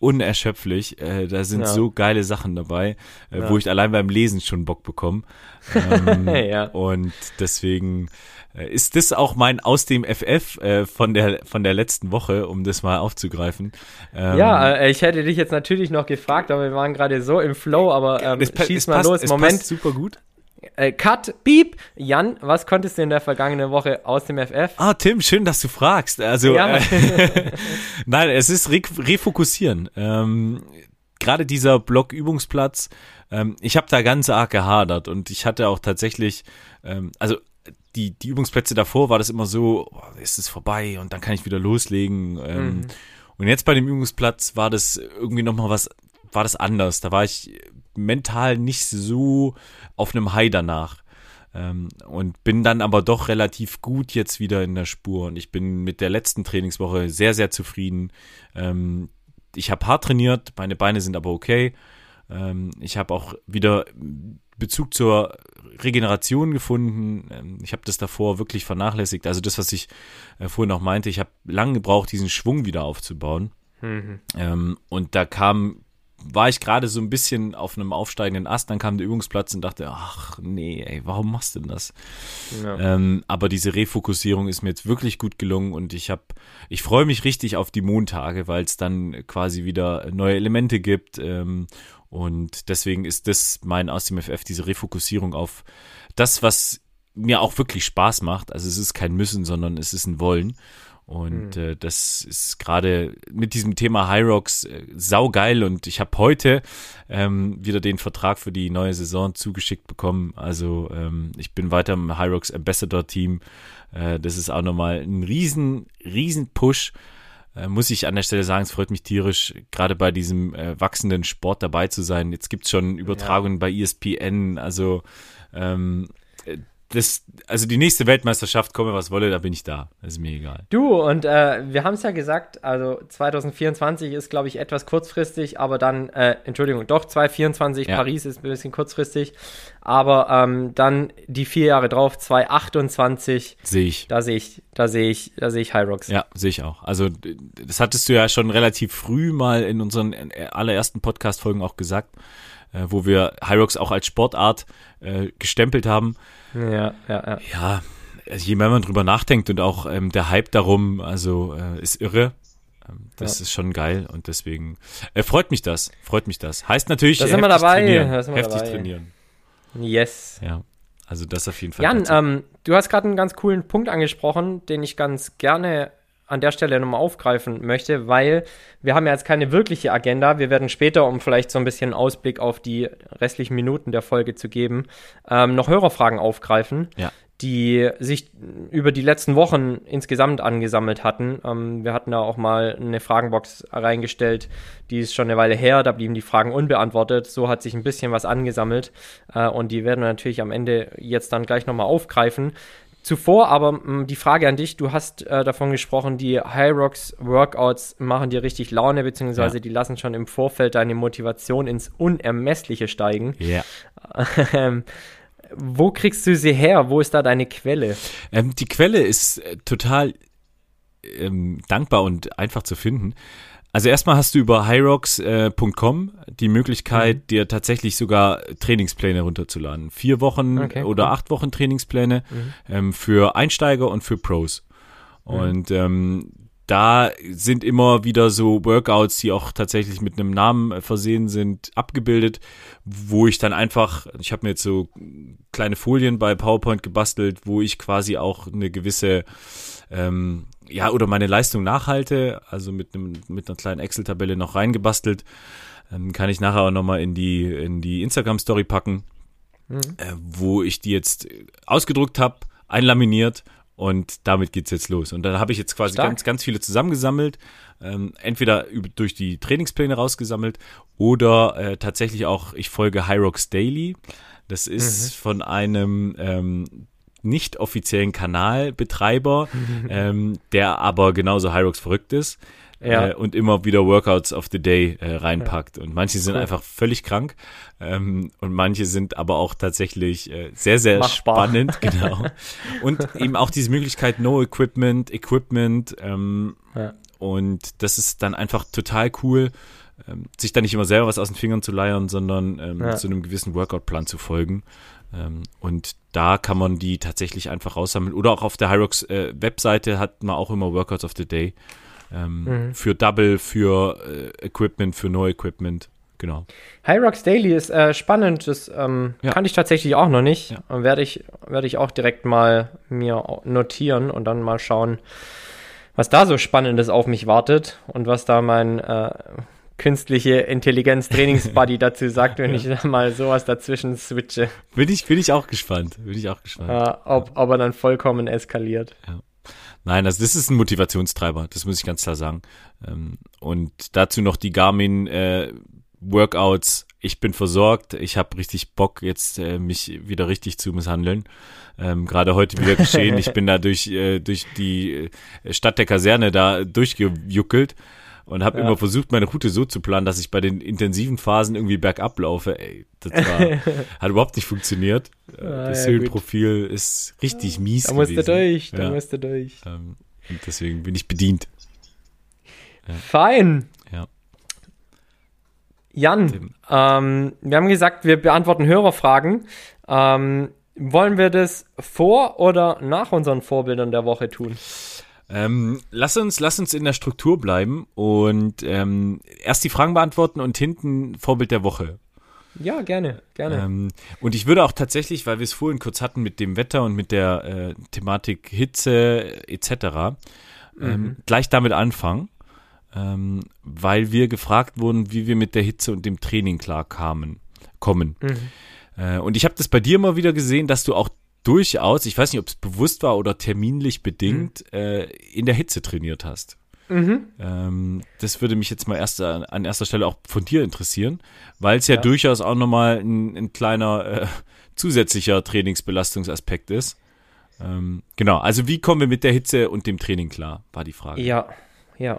unerschöpflich. Äh, da sind Ja. so geile Sachen dabei, äh, Ja. wo ich allein beim Lesen schon Bock bekomme. Ähm, Ja. Und deswegen äh, ist das auch mein aus dem F F äh, von der von der letzten Woche, um das mal aufzugreifen. Ähm, Ja, äh, ich hätte dich jetzt natürlich noch gefragt, aber wir waren gerade so im Flow, aber ähm, es pa- schieß es mal passt, los. es Moment, passt super gut. äh, Cut, Piep. Jan, was konntest du in der vergangenen Woche aus dem F F? Ah, Tim, schön, dass du fragst. Also, Ja. äh, nein, es ist Re Refokussieren. Ähm, Gerade dieser Blockübungsplatz, ähm, ich habe da ganz arg gehadert und ich hatte auch tatsächlich, ähm, also die, die Übungsplätze davor war das immer so, oh, ist es vorbei und dann kann ich wieder loslegen. Ähm, Mhm. Und jetzt bei dem Übungsplatz war das irgendwie nochmal was, war das anders. Da war ich mental nicht so auf einem High danach. Ähm, und bin dann aber doch relativ gut jetzt wieder in der Spur. Und ich bin mit der letzten Trainingswoche sehr, sehr zufrieden. Ähm, ich habe hart trainiert, meine Beine sind aber okay. Ähm, ich habe auch wieder Bezug zur Regeneration gefunden. Ähm, ich habe das davor wirklich vernachlässigt. Also das, was ich äh, vorhin auch meinte, ich habe lange gebraucht, diesen Schwung wieder aufzubauen. Mhm. Ähm, und da kam, war ich gerade so ein bisschen auf einem aufsteigenden Ast, dann kam der Übungsplatz und dachte, ach nee, ey, warum machst du denn das? Ja. Ähm, aber diese Refokussierung ist mir jetzt wirklich gut gelungen und ich habe, ich freue mich richtig auf die Montage, weil es dann quasi wieder neue Elemente gibt. Ähm, und deswegen ist das mein aus dem F F, diese Refokussierung auf das, was mir auch wirklich Spaß macht. Also es ist kein Müssen, sondern es ist ein Wollen. Und äh, das ist gerade mit diesem Thema Hyrox äh, saugeil und ich habe heute ähm, wieder den Vertrag für die neue Saison zugeschickt bekommen. Also ähm, ich bin weiter im Hyrox Ambassador Team. Äh, das ist auch nochmal ein riesen, riesen Push. Äh, muss ich an der Stelle sagen, es freut mich tierisch, gerade bei diesem äh, wachsenden Sport dabei zu sein. Jetzt gibt's schon Übertragungen ja. bei E S P N, also ähm, Das, also die nächste Weltmeisterschaft, komme was wolle, da bin ich da. Das ist mir egal. Du, und äh, wir haben es ja gesagt, also zwanzig vierundzwanzig ist, glaube ich, etwas kurzfristig, aber dann, äh, Entschuldigung, doch, zwanzig vierundzwanzig, ja. Paris ist ein bisschen kurzfristig, aber ähm, dann die vier Jahre drauf, zwanzig achtundzwanzig. Sehe ich. Da sehe ich, da sehe ich, da sehe ich Hyrox. Ja, sehe ich auch. Also das hattest du ja schon relativ früh mal in unseren allerersten Podcast-Folgen auch gesagt, äh, wo wir Hyrox auch als Sportart äh, gestempelt haben. Ja, ja, ja. Ja, also je mehr man drüber nachdenkt und auch ähm, der Hype darum, also äh, ist irre. Ähm, das ja. ist schon geil und deswegen äh, freut mich das, freut mich das. Heißt natürlich da sind wir dabei. trainieren, da sind wir heftig dabei. trainieren. Yes. Ja, also das auf jeden Fall. Jan, ähm, du hast gerade einen ganz coolen Punkt angesprochen, den ich ganz gerne an der Stelle nochmal aufgreifen möchte, weil wir haben ja jetzt keine wirkliche Agenda. Wir werden später, um vielleicht so ein bisschen Ausblick auf die restlichen Minuten der Folge zu geben, ähm, noch Hörerfragen aufgreifen, ja. die sich über die letzten Wochen insgesamt angesammelt hatten. Ähm, wir hatten da auch mal eine Fragenbox reingestellt, die ist schon eine Weile her, da blieben die Fragen unbeantwortet. So hat sich ein bisschen was angesammelt äh, und die werden wir natürlich am Ende jetzt dann gleich nochmal aufgreifen. Zuvor aber mh, die Frage an dich, du hast äh, davon gesprochen, die Hyrox Workouts machen dir richtig Laune, beziehungsweise ja. die lassen schon im Vorfeld deine Motivation ins Unermessliche steigen. Ja. ähm, wo kriegst du sie her? Wo ist da deine Quelle? Ähm, die Quelle ist äh, total ähm, dankbar und einfach zu finden. Also erstmal hast du über hyrox Punkt com die Möglichkeit, mhm. dir tatsächlich sogar Trainingspläne runterzuladen. Vier Wochen okay, oder cool. acht Wochen Trainingspläne mhm. ähm, für Einsteiger und für Pros. Mhm. Und ähm, da sind immer wieder so Workouts, die auch tatsächlich mit einem Namen versehen sind, abgebildet, wo ich dann einfach, ich habe mir jetzt so kleine Folien bei PowerPoint gebastelt, wo ich quasi auch eine gewisse ähm, ja, oder meine Leistung nachhalte, also mit einem mit einer kleinen Excel-Tabelle noch reingebastelt, ähm, kann ich nachher auch nochmal in die in die Instagram-Story packen, mhm. äh, wo ich die jetzt ausgedruckt habe, einlaminiert und damit geht's jetzt los. Und dann habe ich jetzt quasi Stark. ganz ganz viele zusammengesammelt, ähm, entweder über, durch die Trainingspläne rausgesammelt oder äh, tatsächlich auch, ich folge Hyrox Daily. Das ist mhm. von einem ähm, nicht offiziellen Kanalbetreiber, ähm, der aber genauso Hyrox verrückt ist ja. äh, und immer wieder Workouts of the Day äh, reinpackt. Und manche sind cool. einfach völlig krank ähm, und manche sind aber auch tatsächlich äh, sehr, sehr machbar. Spannend. Genau. Und eben auch diese Möglichkeit No Equipment, Equipment ähm, ja. und das ist dann einfach total cool. ähm, sich da nicht immer selber was aus den Fingern zu leiern, sondern ähm, Ja. zu einem gewissen Workout-Plan zu folgen. Ähm, und da kann man die tatsächlich einfach raussammeln. Oder auch auf der Hyrox äh, Webseite hat man auch immer Workouts of the Day. Ähm, Mhm. Für Double, für äh, Equipment, für No-Equipment. Genau. Hyrox Daily ist äh, spannend, das ähm, Ja. kannte ich tatsächlich auch noch nicht. Ja. Und Werde ich, werde ich auch direkt mal mir notieren und dann mal schauen, was da so Spannendes auf mich wartet und was da mein äh, künstliche Intelligenz-Trainingsbuddy dazu sagt, wenn ich da mal sowas dazwischen switche, Bin ich, bin ich auch gespannt. Bin ich auch gespannt. äh, ob, ob er dann vollkommen eskaliert. Nein, also das ist ein Motivationstreiber, das muss ich ganz klar sagen. Ähm, Und dazu noch die Garmin äh, Workouts. Ich bin versorgt, ich habe richtig Bock, jetzt äh, mich wieder richtig zu misshandeln. Ähm, Gerade heute wieder geschehen. Ich bin da durch, äh, durch die äh, Stadt der Kaserne da durchgejuckelt und habe Ja. immer versucht, meine Route so zu planen, dass ich bei den intensiven Phasen irgendwie bergab laufe. Ey, das war, hat überhaupt nicht funktioniert. Äh, Ah, das ja, Höhenprofil ist richtig mies Da musst du gewesen. durch, da Ja. musst du durch. Ähm, und deswegen bin ich bedient. Fein. Ja. Jan, Tim. ähm, wir haben gesagt, wir beantworten Hörerfragen. Ähm, wollen wir das vor oder nach unseren Vorbildern der Woche tun? Ähm, lass uns, lass uns in der Struktur bleiben und ähm, erst die Fragen beantworten und hinten Vorbild der Woche. Ja, gerne, gerne. Ähm, und ich würde auch tatsächlich, weil wir es vorhin kurz hatten mit dem Wetter und mit der äh, Thematik Hitze et cetera, ähm, Mhm. gleich damit anfangen, ähm, weil wir gefragt wurden, wie wir mit der Hitze und dem Training klar kamen, kommen. Mhm. Äh, und ich habe das bei dir immer wieder gesehen, dass du auch durchaus, ich weiß nicht, ob es bewusst war oder terminlich bedingt, mhm. äh, in der Hitze trainiert hast. Mhm. Ähm, das würde mich jetzt mal erst an, an erster Stelle auch von dir interessieren, weil es ja, Ja. durchaus auch nochmal ein, ein kleiner äh, zusätzlicher Trainingsbelastungsaspekt ist. Ähm, genau, also wie kommen wir mit der Hitze und dem Training klar, war die Frage. Ja, ja.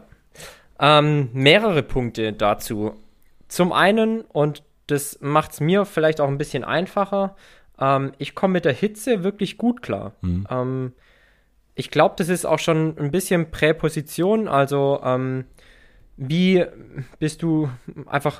Ähm, mehrere Punkte dazu. Zum einen, und das macht es mir vielleicht auch ein bisschen einfacher, ähm, ich komme mit der Hitze wirklich gut klar. Mhm. Ähm, ich glaube, das ist auch schon ein bisschen Präposition, also ähm, wie bist du einfach,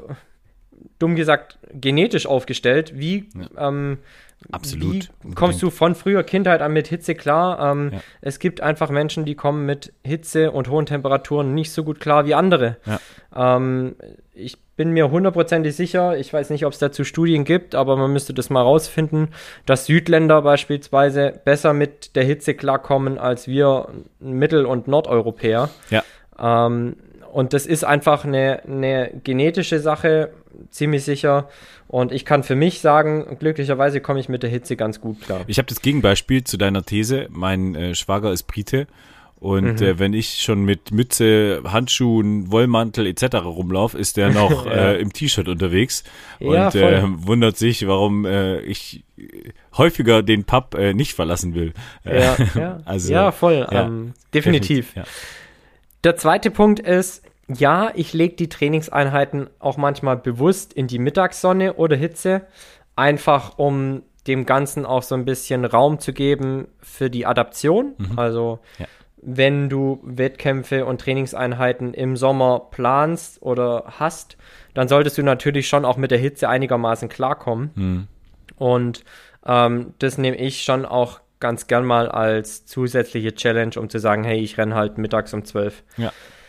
dumm gesagt, genetisch aufgestellt? Wie, Ja. ähm, Absolut. wie kommst du von früher Kindheit an mit Hitze klar? Ähm, Ja. Es gibt einfach Menschen, die kommen mit Hitze und hohen Temperaturen nicht so gut klar wie andere. Ja. Ähm, ich bin mir hundertprozentig sicher, ich weiß nicht, ob es dazu Studien gibt, aber man müsste das mal rausfinden, dass Südländer beispielsweise besser mit der Hitze klarkommen als wir Mittel- und Nordeuropäer. Ja. Ähm, und das ist einfach eine, eine genetische Sache, ziemlich sicher. Und ich kann für mich sagen, glücklicherweise komme ich mit der Hitze ganz gut klar. Ich habe das Gegenbeispiel zu deiner These. Mein äh, Schwager ist Brite und Mhm. äh, wenn ich schon mit Mütze, Handschuhen, Wollmantel et cetera rumlaufe, ist der noch Ja. äh, im T-Shirt unterwegs Ja, und voll. äh, wundert sich, warum äh, ich häufiger den Pub äh, nicht verlassen will. Ja, ja, also, ja voll, ja, ähm, definitiv. Ja. Der zweite Punkt ist, ja, ich lege die Trainingseinheiten auch manchmal bewusst in die Mittagssonne oder Hitze, einfach um dem Ganzen auch so ein bisschen Raum zu geben für die Adaption. Mhm. Also Ja. wenn du Wettkämpfe und Trainingseinheiten im Sommer planst oder hast, dann solltest du natürlich schon auch mit der Hitze einigermaßen klarkommen. Mhm. Und ähm, das nehme ich schon auch ganz gern mal als zusätzliche Challenge, um zu sagen, hey, ich renne halt mittags um zwölf. Ja.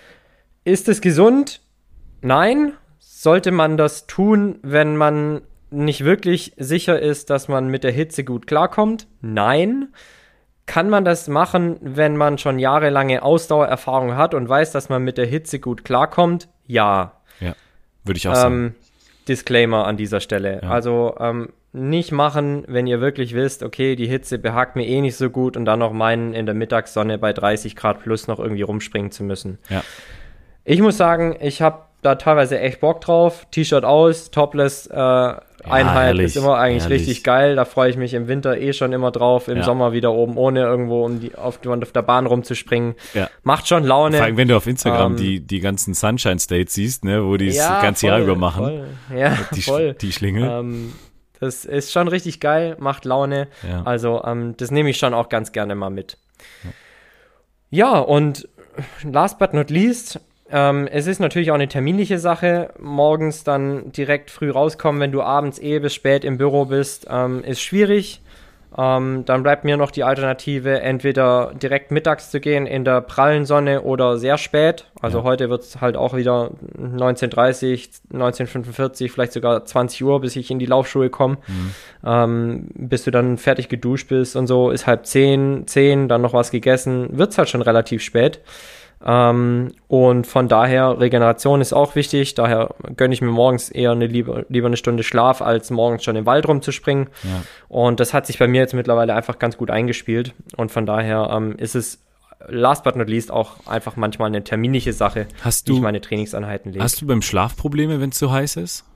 Ist es gesund? Nein. Sollte man das tun, wenn man nicht wirklich sicher ist, dass man mit der Hitze gut klarkommt? Nein. Kann man das machen, wenn man schon jahrelange Ausdauererfahrung hat und weiß, dass man mit der Hitze gut klarkommt? Ja. Würde ich auch sagen. Ähm, Disclaimer an dieser Stelle. Ja. Also ähm, nicht machen, wenn ihr wirklich wisst, okay, die Hitze behagt mir eh nicht so gut und dann noch meinen, in der Mittagssonne bei dreißig Grad plus noch irgendwie rumspringen zu müssen. Ja. Ich muss sagen, ich habe da teilweise echt Bock drauf. T-Shirt aus, Topless äh, Einheit herrlich, ist immer eigentlich herrlich. richtig geil. Da freue ich mich im Winter eh schon immer drauf. Im Ja. Sommer wieder oben ohne irgendwo um die, auf, auf der Bahn rumzuspringen. Ja. Macht schon Laune. Vor allem, wenn du auf Instagram Ähm, die, die ganzen Sunshine States siehst, ne, wo die das Ja, ganze voll, Jahr über machen. Voll. Ja, Die, voll. die Schlingel. Ähm, das ist schon richtig geil, macht Laune. Ja. Also ähm, das nehme ich schon auch ganz gerne mal mit. Ja, und last but not least, Ähm, es ist natürlich auch eine terminliche Sache. Morgens dann direkt früh rauskommen, wenn du abends eh bis spät im Büro bist, ähm, ist schwierig. Ähm, dann bleibt mir noch die Alternative, entweder direkt mittags zu gehen in der prallen Sonne oder sehr spät. Also ja. Heute wird es halt auch wieder neunzehn Uhr dreißig, neunzehn Uhr fünfundvierzig, vielleicht sogar zwanzig Uhr, bis ich in die Laufschuhe komme. Mhm. Ähm, bis du dann fertig geduscht bist und so, ist halb zehn, zehn, dann noch was gegessen, wird es halt schon relativ spät. Ähm, und von daher, Regeneration ist auch wichtig, daher gönne ich mir morgens eher eine lieber, lieber eine Stunde Schlaf, als morgens schon im Wald rumzuspringen. Ja. Und das hat sich bei mir jetzt mittlerweile einfach ganz gut eingespielt. Und von daher ähm, ist es last but not least auch einfach manchmal eine terminliche Sache, hast du, wie ich meine Trainingseinheiten lege. Hast du beim Schlaf Probleme, wenn es so heiß ist?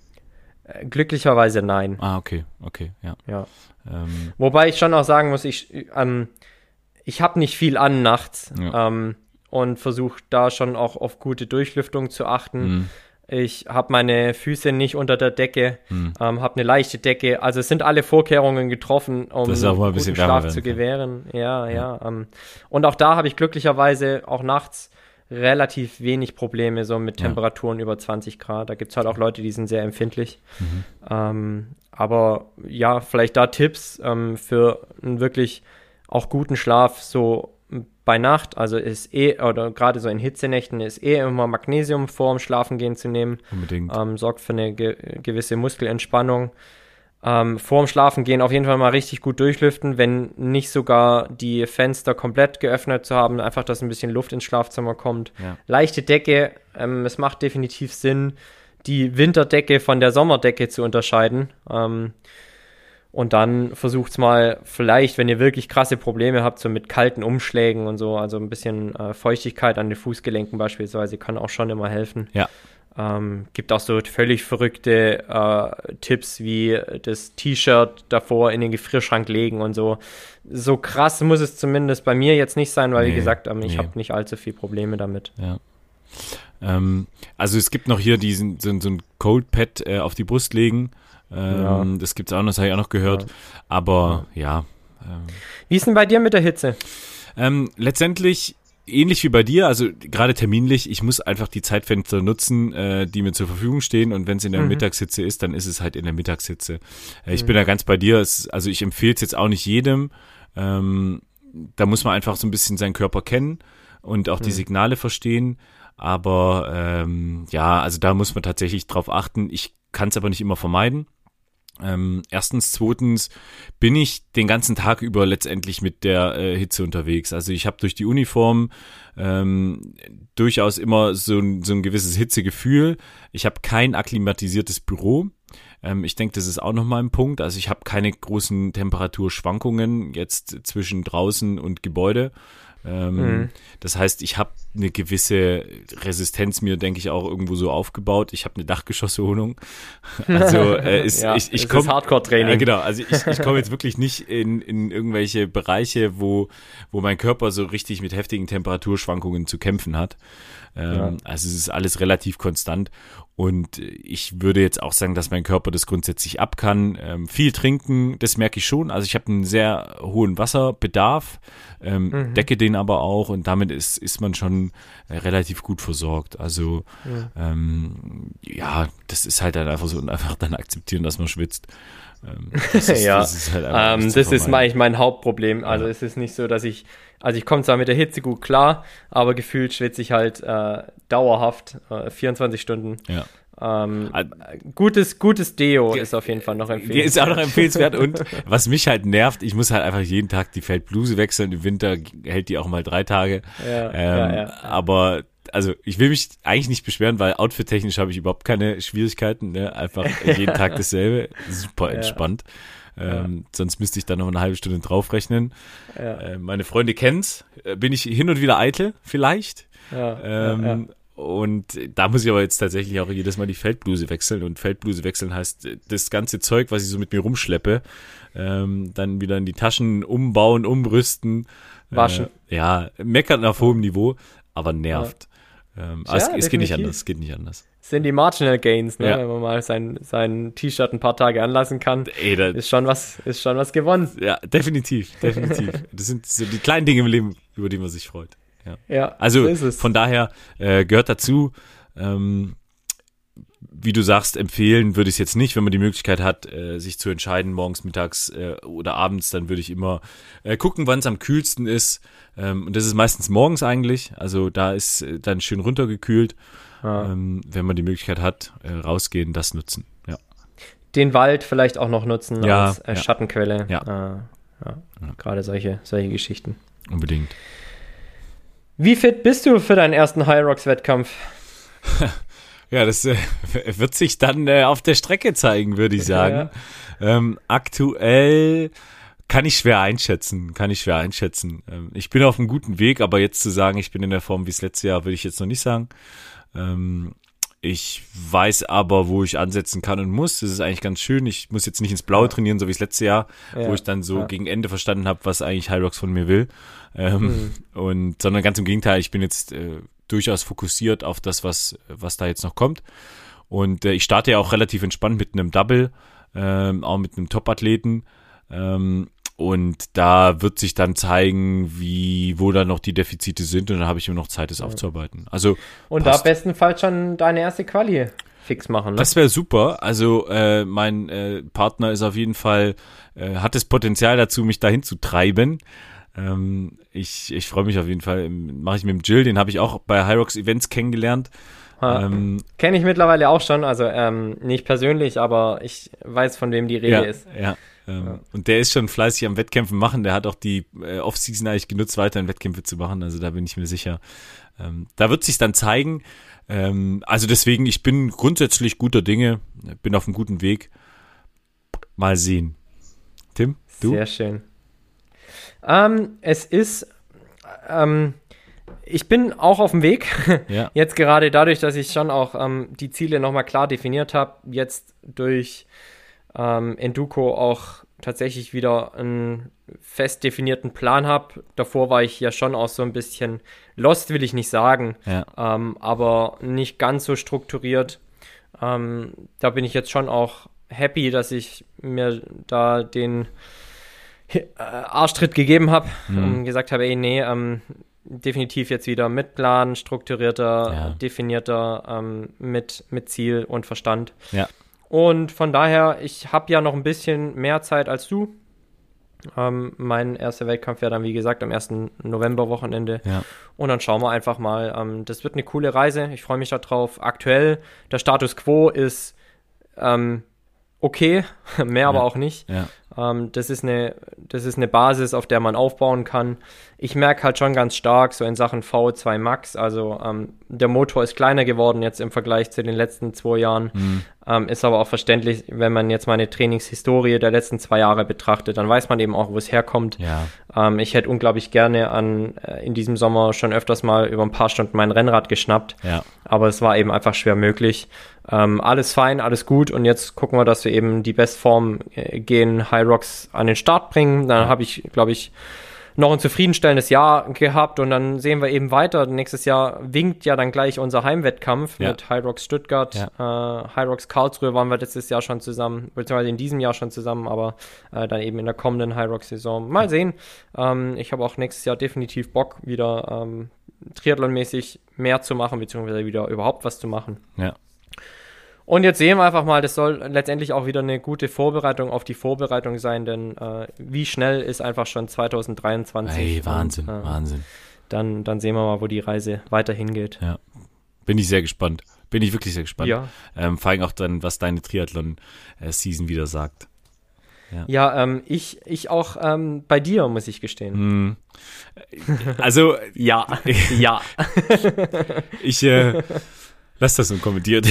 Äh, glücklicherweise nein. Ah, okay, okay, ja. ja. Ähm. Wobei ich schon auch sagen muss, ich, ähm, ich habe nicht viel an nachts. Ja. Ähm, und versuche da schon auch auf gute Durchlüftung zu achten. Mhm. Ich habe meine Füße nicht unter der Decke, mhm. ähm, habe eine leichte Decke. Also es sind alle Vorkehrungen getroffen, um guten Schlaf zu gewähren. Ja, ja. ja ähm. Und auch da habe ich glücklicherweise auch nachts relativ wenig Probleme so mit Temperaturen ja. über zwanzig Grad. Da gibt es halt auch Leute, die sind sehr empfindlich. Mhm. Ähm, aber ja, vielleicht da Tipps ähm, für einen wirklich auch guten Schlaf so bei Nacht, also ist eh, oder gerade so in Hitzenächten ist eh immer Magnesium vorm Schlafengehen zu nehmen. Unbedingt. Ähm, sorgt für eine ge- gewisse Muskelentspannung. Ähm, vorm Schlafengehen auf jeden Fall mal richtig gut durchlüften, wenn nicht sogar die Fenster komplett geöffnet zu haben, einfach, dass ein bisschen Luft ins Schlafzimmer kommt. Ja. Leichte Decke, ähm, es macht definitiv Sinn, die Winterdecke von der Sommerdecke zu unterscheiden. Ähm, Und dann versucht's mal vielleicht, wenn ihr wirklich krasse Probleme habt, so mit kalten Umschlägen und so, also ein bisschen äh, Feuchtigkeit an den Fußgelenken beispielsweise, kann auch schon immer helfen. Ja. Ähm, gibt auch so völlig verrückte äh, Tipps wie das T-Shirt davor in den Gefrierschrank legen und so. So krass muss es zumindest bei mir jetzt nicht sein, weil nee, wie gesagt, ähm, ich nee. habe nicht allzu viel Probleme damit. Ja. Ähm, also es gibt noch hier diesen so, so ein Cold Pad äh, auf die Brust legen. Ähm, ja. Das gibt's auch noch, das habe ich auch noch gehört. Ja. Aber ja. Ähm, Wie ist denn bei dir mit der Hitze? Ähm, letztendlich ähnlich wie bei dir, also gerade terminlich, ich muss einfach die Zeitfenster nutzen, äh, die mir zur Verfügung stehen, und wenn es in der mhm. Mittagshitze ist, dann ist es halt in der Mittagshitze. Äh, ich mhm. bin da ganz bei dir, es, also ich empfehle es jetzt auch nicht jedem. Ähm, da muss man einfach so ein bisschen seinen Körper kennen und auch die mhm. Signale verstehen. Aber ähm, ja, also da muss man tatsächlich drauf achten. Ich kann es aber nicht immer vermeiden. Ähm, erstens, zweitens bin ich den ganzen Tag über letztendlich mit der äh, Hitze unterwegs. Also ich habe durch die Uniform ähm, durchaus immer so ein, so ein gewisses Hitzegefühl. Ich habe kein akklimatisiertes Büro. Ähm, ich denke, das ist auch nochmal ein Punkt. Also ich habe keine großen Temperaturschwankungen jetzt zwischen draußen und Gebäude. Ähm, mhm. Das heißt, ich habe eine gewisse Resistenz mir, denke ich, auch irgendwo so aufgebaut. Ich habe eine Dachgeschosswohnung. Also äh, ist, ja, ich, ich komme Hardcore-Training. Äh, genau, also ich, ich komme jetzt wirklich nicht in, in irgendwelche Bereiche, wo, wo mein Körper so richtig mit heftigen Temperaturschwankungen zu kämpfen hat. Ähm, ja. Also es ist alles relativ konstant. Und ich würde jetzt auch sagen, dass mein Körper das grundsätzlich ab kann. Ähm, viel trinken, das merke ich schon. Also ich habe einen sehr hohen Wasserbedarf, ähm, mhm. decke den aber auch, und damit ist, ist man schon äh, relativ gut versorgt. Also ja. Ähm, ja, das ist halt dann einfach so, und einfach dann akzeptieren, dass man schwitzt. Ähm, das ist, ja, das ist, halt ähm, das ist eigentlich mein Hauptproblem. Also ja. Es ist nicht so, dass ich, also ich komme zwar mit der Hitze gut klar, aber gefühlt schwitze ich halt äh, dauerhaft, äh, vierundzwanzig Stunden. Ja. Ähm, gutes, gutes Deo ist auf jeden Fall noch empfehlenswert. Ist auch noch empfehlenswert, und was mich halt nervt, ich muss halt einfach jeden Tag die Feldbluse wechseln. Im Winter hält die auch mal drei Tage. Ja, ähm, ja, ja. Aber also ich will mich eigentlich nicht beschweren, weil outfit-technisch habe ich überhaupt keine Schwierigkeiten. Ne? Einfach jeden Tag dasselbe, super entspannt. Ja. Ähm, sonst müsste ich da noch eine halbe Stunde draufrechnen. Ja. Äh, meine Freunde kennen's. Äh, bin ich hin und wieder eitel, vielleicht. Ja, ähm, ja, ja. Und da muss ich aber jetzt tatsächlich auch jedes Mal die Feldbluse wechseln. Und Feldbluse wechseln heißt, das ganze Zeug, was ich so mit mir rumschleppe, ähm, dann wieder in die Taschen umbauen, umrüsten. Waschen. Äh, ja, meckern auf hohem Niveau, aber nervt. Ja. Ähm, ja, es, es geht nicht anders, es geht nicht anders. Das sind die Marginal Gains, ne? Ja. Wenn man mal sein, sein T-Shirt ein paar Tage anlassen kann, Ey, da, ist schon was, ist schon was gewonnen. Ja, definitiv, definitiv. Das sind so die kleinen Dinge im Leben, über die man sich freut. Ja. Ja, also so ist es. Von daher äh, gehört dazu, ähm, wie du sagst, empfehlen würde ich es jetzt nicht, wenn man die Möglichkeit hat, äh, sich zu entscheiden, morgens, mittags äh, oder abends, dann würde ich immer äh, gucken, wann es am kühlsten ist. Ähm, und das ist meistens morgens eigentlich, also da ist äh, dann schön runtergekühlt. Ja. Ähm, wenn man die Möglichkeit hat, äh, rausgehen, das nutzen. Ja. Den Wald vielleicht auch noch nutzen ja, als äh, ja. Schattenquelle. Ja. Äh, ja. Ja. Gerade solche, solche Geschichten. Unbedingt. Wie fit bist du für deinen ersten Hyrox-Wettkampf? Ja, das äh, wird sich dann äh, auf der Strecke zeigen, würde ich sagen. Ja. Ähm, aktuell kann ich schwer einschätzen, kann ich schwer einschätzen. Ähm, ich bin auf einem guten Weg, aber jetzt zu sagen, ich bin in der Form wie das letzte Jahr, würde ich jetzt noch nicht sagen. Ähm, ich weiß aber, wo ich ansetzen kann und muss. Das ist eigentlich ganz schön. Ich muss jetzt nicht ins Blaue trainieren, so wie das letzte Jahr, ja. wo ich dann so ja. gegen Ende verstanden habe, was eigentlich Hyrox von mir will. Ähm, mhm. und sondern ganz im Gegenteil, ich bin jetzt äh, durchaus fokussiert auf das, was was da jetzt noch kommt. Und äh, ich starte ja auch relativ entspannt mit einem Double, ähm, auch mit einem Top-Athleten. Ähm, und da wird sich dann zeigen, wie wo da noch die Defizite sind. Und dann habe ich immer noch Zeit, das ja. aufzuarbeiten. Also und passt. Da bestenfalls schon deine erste Quali fix machen. Ne? Das wäre super. Also äh, mein äh, Partner ist auf jeden Fall, äh, hat das Potenzial dazu, mich dahin zu treiben. Ähm, ich ich freue mich auf jeden Fall. Mache ich mit dem Jill, den habe ich auch bei Hyrox Events kennengelernt. Ähm, Kenne ich mittlerweile auch schon, also ähm, nicht persönlich, aber ich weiß, von wem die Rede ja, ist. Ja, ähm, ja, und der ist schon fleißig am Wettkämpfen machen. Der hat auch die äh, Off-Season eigentlich genutzt, weiter in Wettkämpfe zu machen. Also da bin ich mir sicher. Ähm, da wird sich dann zeigen. Ähm, also deswegen, ich bin grundsätzlich guter Dinge, bin auf einem guten Weg. Mal sehen. Tim, du? Sehr schön. Ähm, es ist, ähm, ich bin auch auf dem Weg. Ja. Jetzt gerade dadurch, dass ich schon auch ähm, die Ziele nochmal klar definiert habe, jetzt durch ähm, Enduko auch tatsächlich wieder einen fest definierten Plan habe. Davor war ich ja schon auch so ein bisschen lost, will ich nicht sagen, ja. ähm, aber nicht ganz so strukturiert. Ähm, da bin ich jetzt schon auch happy, dass ich mir da den Arschtritt gegeben habe mhm. und gesagt habe, ey, nee, ähm, definitiv jetzt wieder mit Plan, strukturierter, ja. definierter, ähm, mit, mit Ziel und Verstand. Ja. Und von daher, ich habe ja noch ein bisschen mehr Zeit als du. Ähm, mein erster Wettkampf wäre dann, wie gesagt, am ersten November-Wochenende. Ja. Und dann schauen wir einfach mal. Ähm, das wird eine coole Reise. Ich freue mich darauf. Aktuell, der Status Quo ist ähm, okay, mehr ja. aber auch nicht. Ja. Ähm, das ist eine, das ist eine Basis, auf der man aufbauen kann. Ich merke halt schon ganz stark, so in Sachen V zwei Max, also ähm, der Motor ist kleiner geworden jetzt im Vergleich zu den letzten zwei Jahren. Mhm. Ähm, ist aber auch verständlich, wenn man jetzt meine Trainingshistorie der letzten zwei Jahre betrachtet, dann weiß man eben auch, wo es herkommt. Ja. Ähm, ich hätte unglaublich gerne an äh, in diesem Sommer schon öfters mal über ein paar Stunden mein Rennrad geschnappt, ja. aber es war eben einfach schwer möglich. Ähm, alles fein, alles gut und jetzt gucken wir, dass wir eben die Bestform äh, gehen, Hyrox an den Start bringen. Dann ja. habe ich, glaube ich, noch ein zufriedenstellendes Jahr gehabt und dann sehen wir eben weiter. Nächstes Jahr winkt ja dann gleich unser Heimwettkampf ja. mit Hyrox Stuttgart. Ja. Äh, Hyrox Karlsruhe waren wir letztes Jahr schon zusammen, beziehungsweise in diesem Jahr schon zusammen, aber äh, dann eben in der kommenden Hyrox-Saison. Mal ja. sehen. Ähm, ich habe auch nächstes Jahr definitiv Bock, wieder ähm, Triathlon-mäßig mehr zu machen, beziehungsweise wieder überhaupt was zu machen. Ja. Und jetzt sehen wir einfach mal, das soll letztendlich auch wieder eine gute Vorbereitung auf die Vorbereitung sein, denn äh, wie schnell ist einfach schon zwanzig dreiundzwanzig. Hey, Wahnsinn, und, äh, Wahnsinn. Dann, dann sehen wir mal, wo die Reise weiter hingeht. Ja, bin ich sehr gespannt. Bin ich wirklich sehr gespannt. Ja. Ähm, vor allem auch dann, was deine Triathlon-Season wieder sagt. Ja, ja ähm, ich, ich auch ähm, bei dir, muss ich gestehen. Also, ja, ja. ich, äh, lass das unkommentiert.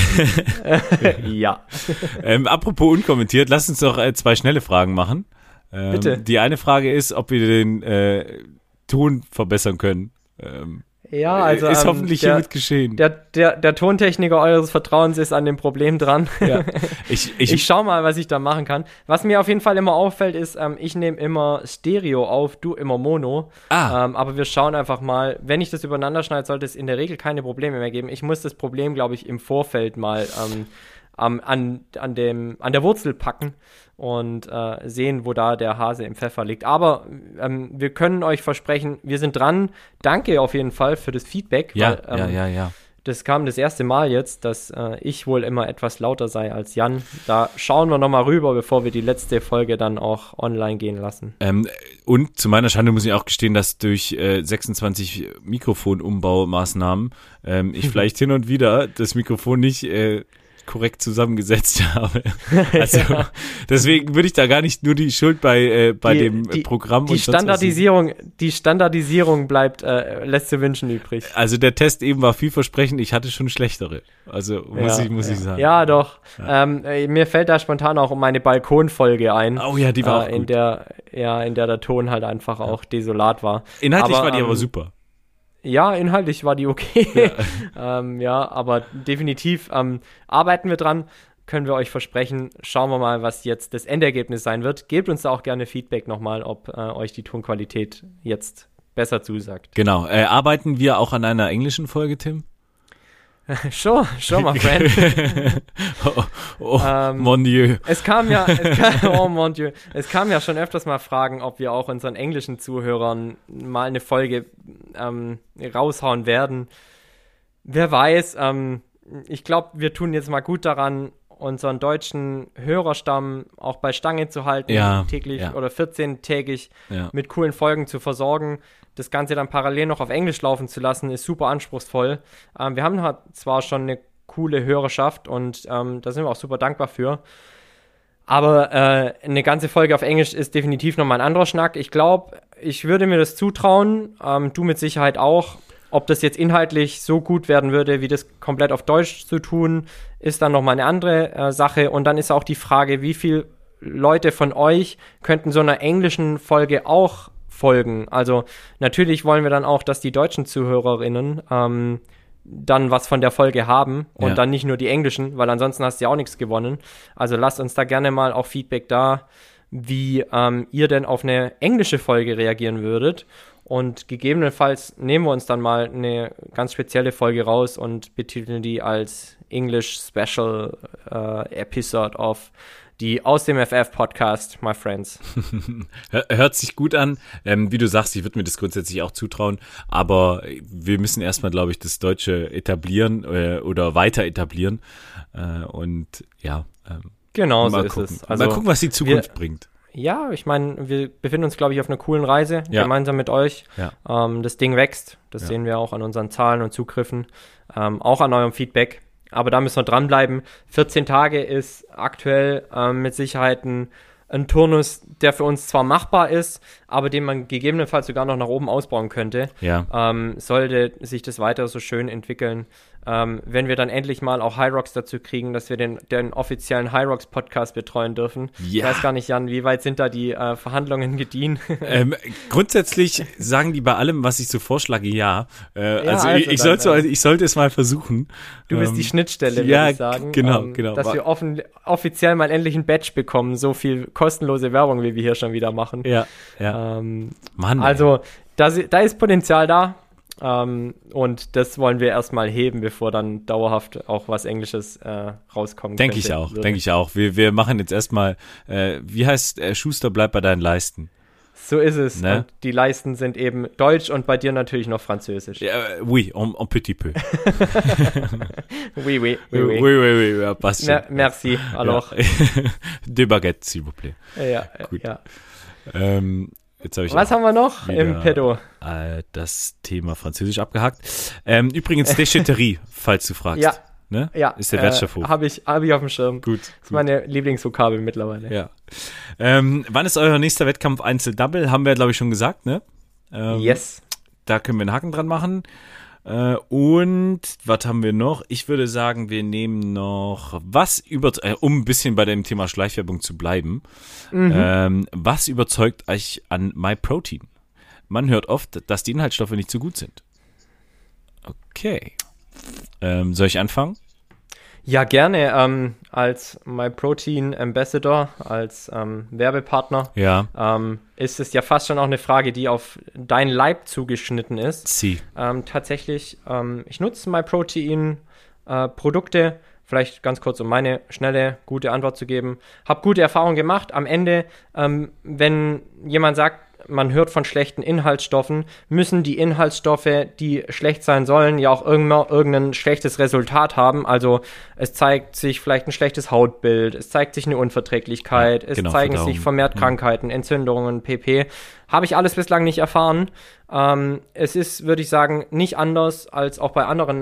Ja. ähm, apropos unkommentiert, lass uns doch äh, zwei schnelle Fragen machen. Ähm, Bitte. Die eine Frage ist, ob wir den äh, Ton verbessern können. Ähm, ja, also ist ähm, hoffentlich der, hiermit geschehen. Der, der, der Tontechniker eures Vertrauens ist an dem Problem dran. Ja. Ich, ich, ich schau mal, was ich da machen kann. Was mir auf jeden Fall immer auffällt, ist, ähm, ich nehme immer Stereo auf, du immer Mono. Ah. Ähm, aber wir schauen einfach mal, wenn ich das übereinander schneide, sollte es in der Regel keine Probleme mehr geben. Ich muss das Problem, glaube ich, im Vorfeld mal ähm, ähm, an, an, dem, an der Wurzel packen und äh, sehen, wo da der Hase im Pfeffer liegt. Aber ähm, wir können euch versprechen, wir sind dran. Danke auf jeden Fall für das Feedback. Ja, weil, ähm, ja, ja, ja. Das kam das erste Mal jetzt, dass äh, ich wohl immer etwas lauter sei als Jan. Da schauen wir nochmal rüber, bevor wir die letzte Folge dann auch online gehen lassen. Ähm, und zu meiner Schande muss ich auch gestehen, dass durch äh, sechsundzwanzig Mikrofonumbaumaßnahmen ähm, ich vielleicht hin und wieder das Mikrofon nicht äh, korrekt zusammengesetzt habe. Also ja. Deswegen würde ich da gar nicht nur die Schuld bei, äh, bei die, dem die, Programm die und Standardisierung, die Standardisierung bleibt, äh, lässt zu wünschen übrig. Also der Test eben war vielversprechend, ich hatte schon schlechtere. Also muss ja, ich, muss ja. ich sagen. Ja, doch. Ja. Ähm, mir fällt da spontan auch um meine Balkonfolge ein. Oh ja, die war äh, auch in gut. Der, ja, in der der Ton halt einfach ja. auch desolat war. Inhaltlich aber, war die ähm, aber super. Ja, inhaltlich war die okay. Ja, ähm, ja aber definitiv ähm, arbeiten wir dran. Können wir euch versprechen. Schauen wir mal, was jetzt das Endergebnis sein wird. Gebt uns da auch gerne Feedback nochmal, ob äh, euch die Tonqualität jetzt besser zusagt. Genau. Äh, arbeiten wir auch an einer englischen Folge, Tim? Sure, sure, my friend. oh, oh ähm, mon Dieu. Es kam ja, es kam, oh mon Dieu, es kam ja schon öfters mal Fragen, ob wir auch unseren englischen Zuhörern mal eine Folge ähm, raushauen werden. Wer weiß, ähm, ich glaube, wir tun jetzt mal gut daran, unseren deutschen Hörerstamm auch bei Stange zu halten, ja, täglich ja. oder vierzehntägig ja. mit coolen Folgen zu versorgen. Das Ganze dann parallel noch auf Englisch laufen zu lassen, ist super anspruchsvoll. Ähm, wir haben halt zwar schon eine coole Hörerschaft und ähm, da sind wir auch super dankbar für. Aber äh, eine ganze Folge auf Englisch ist definitiv nochmal ein anderer Schnack. Ich glaube, ich würde mir das zutrauen, ähm, du mit Sicherheit auch. Ob das jetzt inhaltlich so gut werden würde, wie das komplett auf Deutsch zu tun, ist dann nochmal eine andere äh, Sache. Und dann ist auch die Frage, wie viele Leute von euch könnten so einer englischen Folge auch folgen. Also natürlich wollen wir dann auch, dass die deutschen ZuhörerInnen ähm, dann was von der Folge haben und ja. dann nicht nur die englischen, weil ansonsten hast du ja auch nichts gewonnen. Also lasst uns da gerne mal auch Feedback da, wie ähm, ihr denn auf eine englische Folge reagieren würdet. Und gegebenenfalls nehmen wir uns dann mal eine ganz spezielle Folge raus und betiteln die als English Special äh, Episode of die Aus dem F F Podcast, my friends. Hört sich gut an. Ähm, wie du sagst, ich würde mir das grundsätzlich auch zutrauen. Aber wir müssen erstmal, glaube ich, das Deutsche etablieren äh, oder weiter etablieren. Äh, und ja, ähm, genau so ist gucken. es. Also mal gucken, was die Zukunft wir, bringt. Ja, ich meine, wir befinden uns, glaube ich, auf einer coolen Reise, ja. gemeinsam mit euch. Ja. Ähm, das Ding wächst, das ja. sehen wir auch an unseren Zahlen und Zugriffen, ähm, auch an eurem Feedback. Aber da müssen wir dranbleiben. vierzehn Tage ist aktuell ähm, mit Sicherheit ein, ein Turnus, der für uns zwar machbar ist, aber den man gegebenenfalls sogar noch nach oben ausbauen könnte. Ja. Ähm, sollte sich das weiter so schön entwickeln. Ähm, wenn wir dann endlich mal auch High Rocks dazu kriegen, dass wir den, den offiziellen High Rocks Podcast betreuen dürfen. Ja. Ich weiß gar nicht, Jan, wie weit sind da die äh, Verhandlungen gediehen? Ähm, grundsätzlich sagen die bei allem, was ich so vorschlage, ja. Äh, ja also, also ich, ich, dann, sollte, äh, ich sollte es mal versuchen. Du bist ähm, die Schnittstelle, ja, würde ich sagen. Genau, ähm, genau. Dass wir offen, offiziell mal endlich ein Badge bekommen, so viel kostenlose Werbung, wie wir hier schon wieder machen. Ja, ja. Ähm, Mann. Also, da, da ist Potenzial da. Um, und das wollen wir erstmal heben, bevor dann dauerhaft auch was Englisches äh, rauskommt. Denke ich auch, denke ich auch. Wir, wir machen jetzt erstmal, äh, wie heißt äh, Schuster, bleib bei deinen Leisten. So ist es. Ne? Und die Leisten sind eben Deutsch und bei dir natürlich noch Französisch. Ja, oui, en, en petit peu. oui, oui, oui, oui. Oui, oui, oui, ja, passt schon. Mer- merci, alors. Ja. Deux baguettes, s'il vous plaît. Ja, gut. Ja. Ähm, Jetzt hab ich Was haben wir noch wieder, im Pedo? Äh, das Thema Französisch abgehakt. Ähm, übrigens, Déchetterie, falls du fragst. Ja. Ne? Ja. Ist der äh, Wertstoffhof. Habe ich, hab ich auf dem Schirm. Gut. Das ist gut. meine Lieblingsvokabel mittlerweile. Ja. Ähm, wann ist euer nächster Wettkampf Einzel-Double? Haben wir, glaube ich, schon gesagt, ne? Ähm, yes. Da können wir einen Haken dran machen. Äh, und was haben wir noch? Ich würde sagen, wir nehmen noch was über, äh, um ein bisschen bei dem Thema Schleichwerbung zu bleiben. Mhm. Ähm, was überzeugt euch an MyProtein? Man hört oft, dass die Inhaltsstoffe nicht so gut sind. Okay. Ähm, soll ich anfangen? Ja, gerne. Ähm, als MyProtein Ambassador, als ähm, Werbepartner, ja. ähm, ist es ja fast schon auch eine Frage, die auf dein Leib zugeschnitten ist. Sie. Ähm, tatsächlich, ähm, ich nutze MyProtein äh, Produkte vielleicht ganz kurz, um meine schnelle, gute Antwort zu geben. Hab gute Erfahrungen gemacht. Am Ende, ähm, wenn jemand sagt, man hört von schlechten Inhaltsstoffen, müssen die Inhaltsstoffe, die schlecht sein sollen, ja auch irgendwann irgendein schlechtes Resultat haben. Also es zeigt sich vielleicht ein schlechtes Hautbild, es zeigt sich eine Unverträglichkeit, ja, es genau, zeigen Verdauung. sich vermehrt Krankheiten, Entzündungen, pp. Habe ich alles bislang nicht erfahren. Ähm, es ist, würde ich sagen, nicht anders als auch bei anderen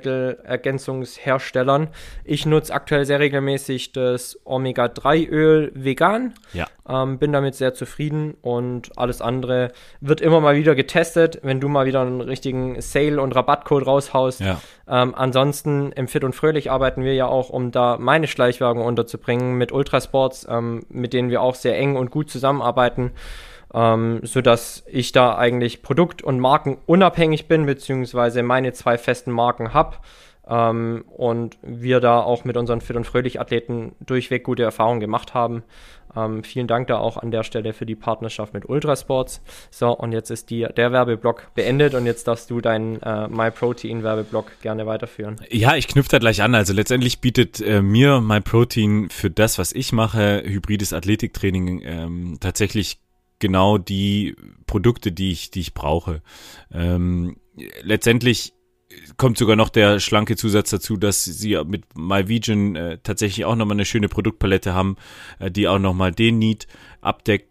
Nahrungsmittelergänzungsherstellern. Ich nutze aktuell sehr regelmäßig das Omega drei Öl vegan. Ja. Ähm, bin damit sehr zufrieden und alles andere wird immer mal wieder getestet, wenn du mal wieder einen richtigen Sale- und Rabattcode raushaust. Ja. Ähm, ansonsten im Fit und Fröhlich arbeiten wir ja auch, um da meine Schleichwerbung unterzubringen mit Ultrasports, ähm, mit denen wir auch sehr eng und gut zusammenarbeiten. Ähm, sodass ich da eigentlich produkt- und markenunabhängig bin, beziehungsweise meine zwei festen Marken habe ähm, und wir da auch mit unseren Fit- und Fröhlich-Athleten durchweg gute Erfahrungen gemacht haben. Ähm, vielen Dank da auch an der Stelle für die Partnerschaft mit Ultrasports. So, und jetzt ist die, der Werbeblock beendet und jetzt darfst du deinen äh, MyProtein-Werbeblock gerne weiterführen. Ja, ich knüpfe da gleich an. Also letztendlich bietet äh, mir MyProtein für das, was ich mache, hybrides Athletiktraining, ähm, tatsächlich genau die Produkte, die ich, die ich brauche. Ähm, letztendlich kommt sogar noch der schlanke Zusatz dazu, dass sie mit MyVegan äh, tatsächlich auch nochmal eine schöne Produktpalette haben, äh, die auch nochmal den Need abdeckt.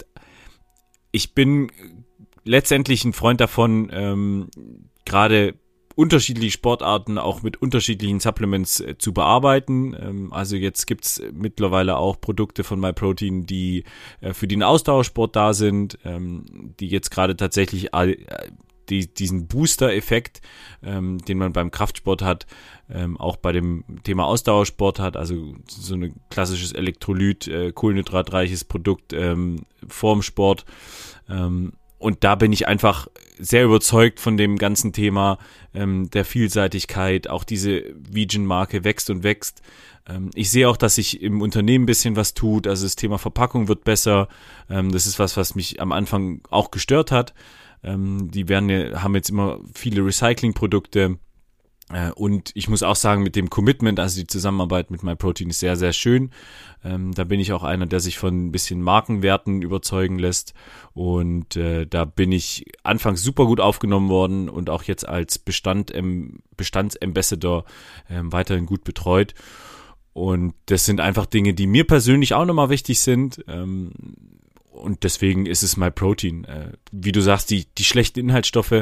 Ich bin letztendlich ein Freund davon, ähm, gerade unterschiedliche Sportarten auch mit unterschiedlichen Supplements äh, zu bearbeiten. Ähm, also jetzt gibt's mittlerweile auch Produkte von MyProtein, die äh, für den Ausdauersport da sind, ähm, die jetzt gerade tatsächlich all, äh, die, diesen Booster-Effekt, ähm, den man beim Kraftsport hat, ähm, auch bei dem Thema Ausdauersport hat, also so ein klassisches Elektrolyt, äh, kohlenhydratreiches Produkt ähm, vorm Sport. Ähm, Und da bin ich einfach sehr überzeugt von dem ganzen Thema ähm, der Vielseitigkeit. Auch diese Vegan-Marke wächst und wächst. Ähm, ich sehe auch, dass sich im Unternehmen ein bisschen was tut. Also das Thema Verpackung wird besser. Ähm, das ist was, was mich am Anfang auch gestört hat. Ähm, die werden ja, haben jetzt immer viele Recycling-Produkte. Äh, und ich muss auch sagen, mit dem Commitment, also die Zusammenarbeit mit MyProtein ist sehr, sehr schön. Ähm, da bin ich auch einer, der sich von ein bisschen Markenwerten überzeugen lässt. Und äh, da bin ich anfangs super gut aufgenommen worden und auch jetzt als Bestand, ähm, Bestandsambassador äh, weiterhin gut betreut. Und das sind einfach Dinge, die mir persönlich auch nochmal wichtig sind. Ähm, und deswegen ist es MyProtein. Äh, wie du sagst, die, die schlechten Inhaltsstoffe,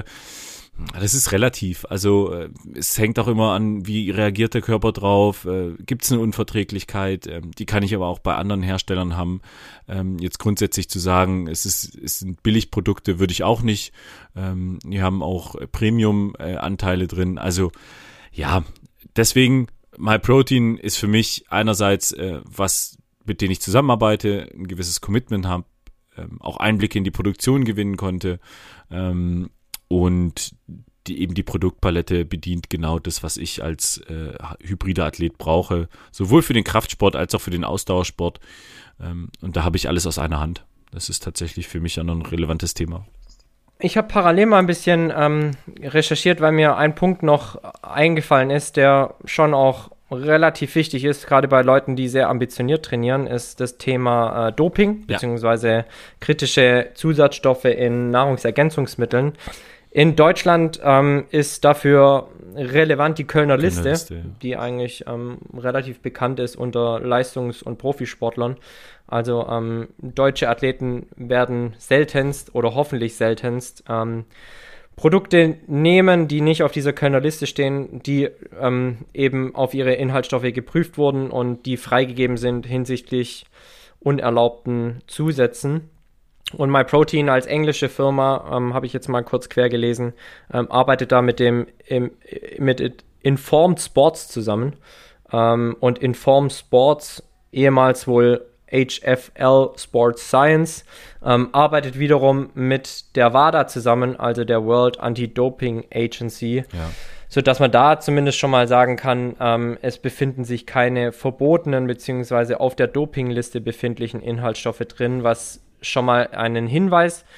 das ist relativ. Also äh, es hängt auch immer an, wie reagiert der Körper drauf. Äh, Gibt es eine Unverträglichkeit? Ähm, die kann ich aber auch bei anderen Herstellern haben. Ähm, jetzt grundsätzlich zu sagen, es, ist, es sind Billigprodukte, würde ich auch nicht. Ähm, die haben auch Premium-Anteile drin. Also ja, deswegen MyProtein ist für mich einerseits äh, was, mit denen ich zusammenarbeite, ein gewisses Commitment habe, ähm, auch Einblicke in die Produktion gewinnen konnte. Ähm, Und die, eben die Produktpalette bedient genau das, was ich als äh, hybrider Athlet brauche, sowohl für den Kraftsport als auch für den Ausdauersport. Ähm, und da habe ich alles aus einer Hand. Das ist tatsächlich für mich ein relevantes Thema. Ich habe parallel mal ein bisschen ähm, recherchiert, weil mir ein Punkt noch eingefallen ist, der schon auch relativ wichtig ist, gerade bei Leuten, die sehr ambitioniert trainieren, ist das Thema äh, Doping, Ja. beziehungsweise kritische Zusatzstoffe in Nahrungsergänzungsmitteln. In Deutschland ähm, ist dafür relevant die Kölner Liste, Kölner Liste, ja. die eigentlich ähm, relativ bekannt ist unter Leistungs- und Profisportlern. Also ähm, deutsche Athleten werden seltenst oder hoffentlich seltenst ähm, Produkte nehmen, die nicht auf dieser Kölner Liste stehen, die ähm, eben auf ihre Inhaltsstoffe geprüft wurden und die freigegeben sind hinsichtlich unerlaubten Zusätzen. Und MyProtein als englische Firma, ähm, habe ich jetzt mal kurz quer gelesen, ähm, arbeitet da mit dem im, mit Informed Sports zusammen. Ähm, und Informed Sports, ehemals wohl H F L Sports Science, ähm, arbeitet wiederum mit der WADA zusammen, also der World Anti-Doping Agency, Ja. sodass man da zumindest schon mal sagen kann, ähm, es befinden sich keine verbotenen beziehungsweise auf der Dopingliste befindlichen Inhaltsstoffe drin, was schon mal einen Hinweis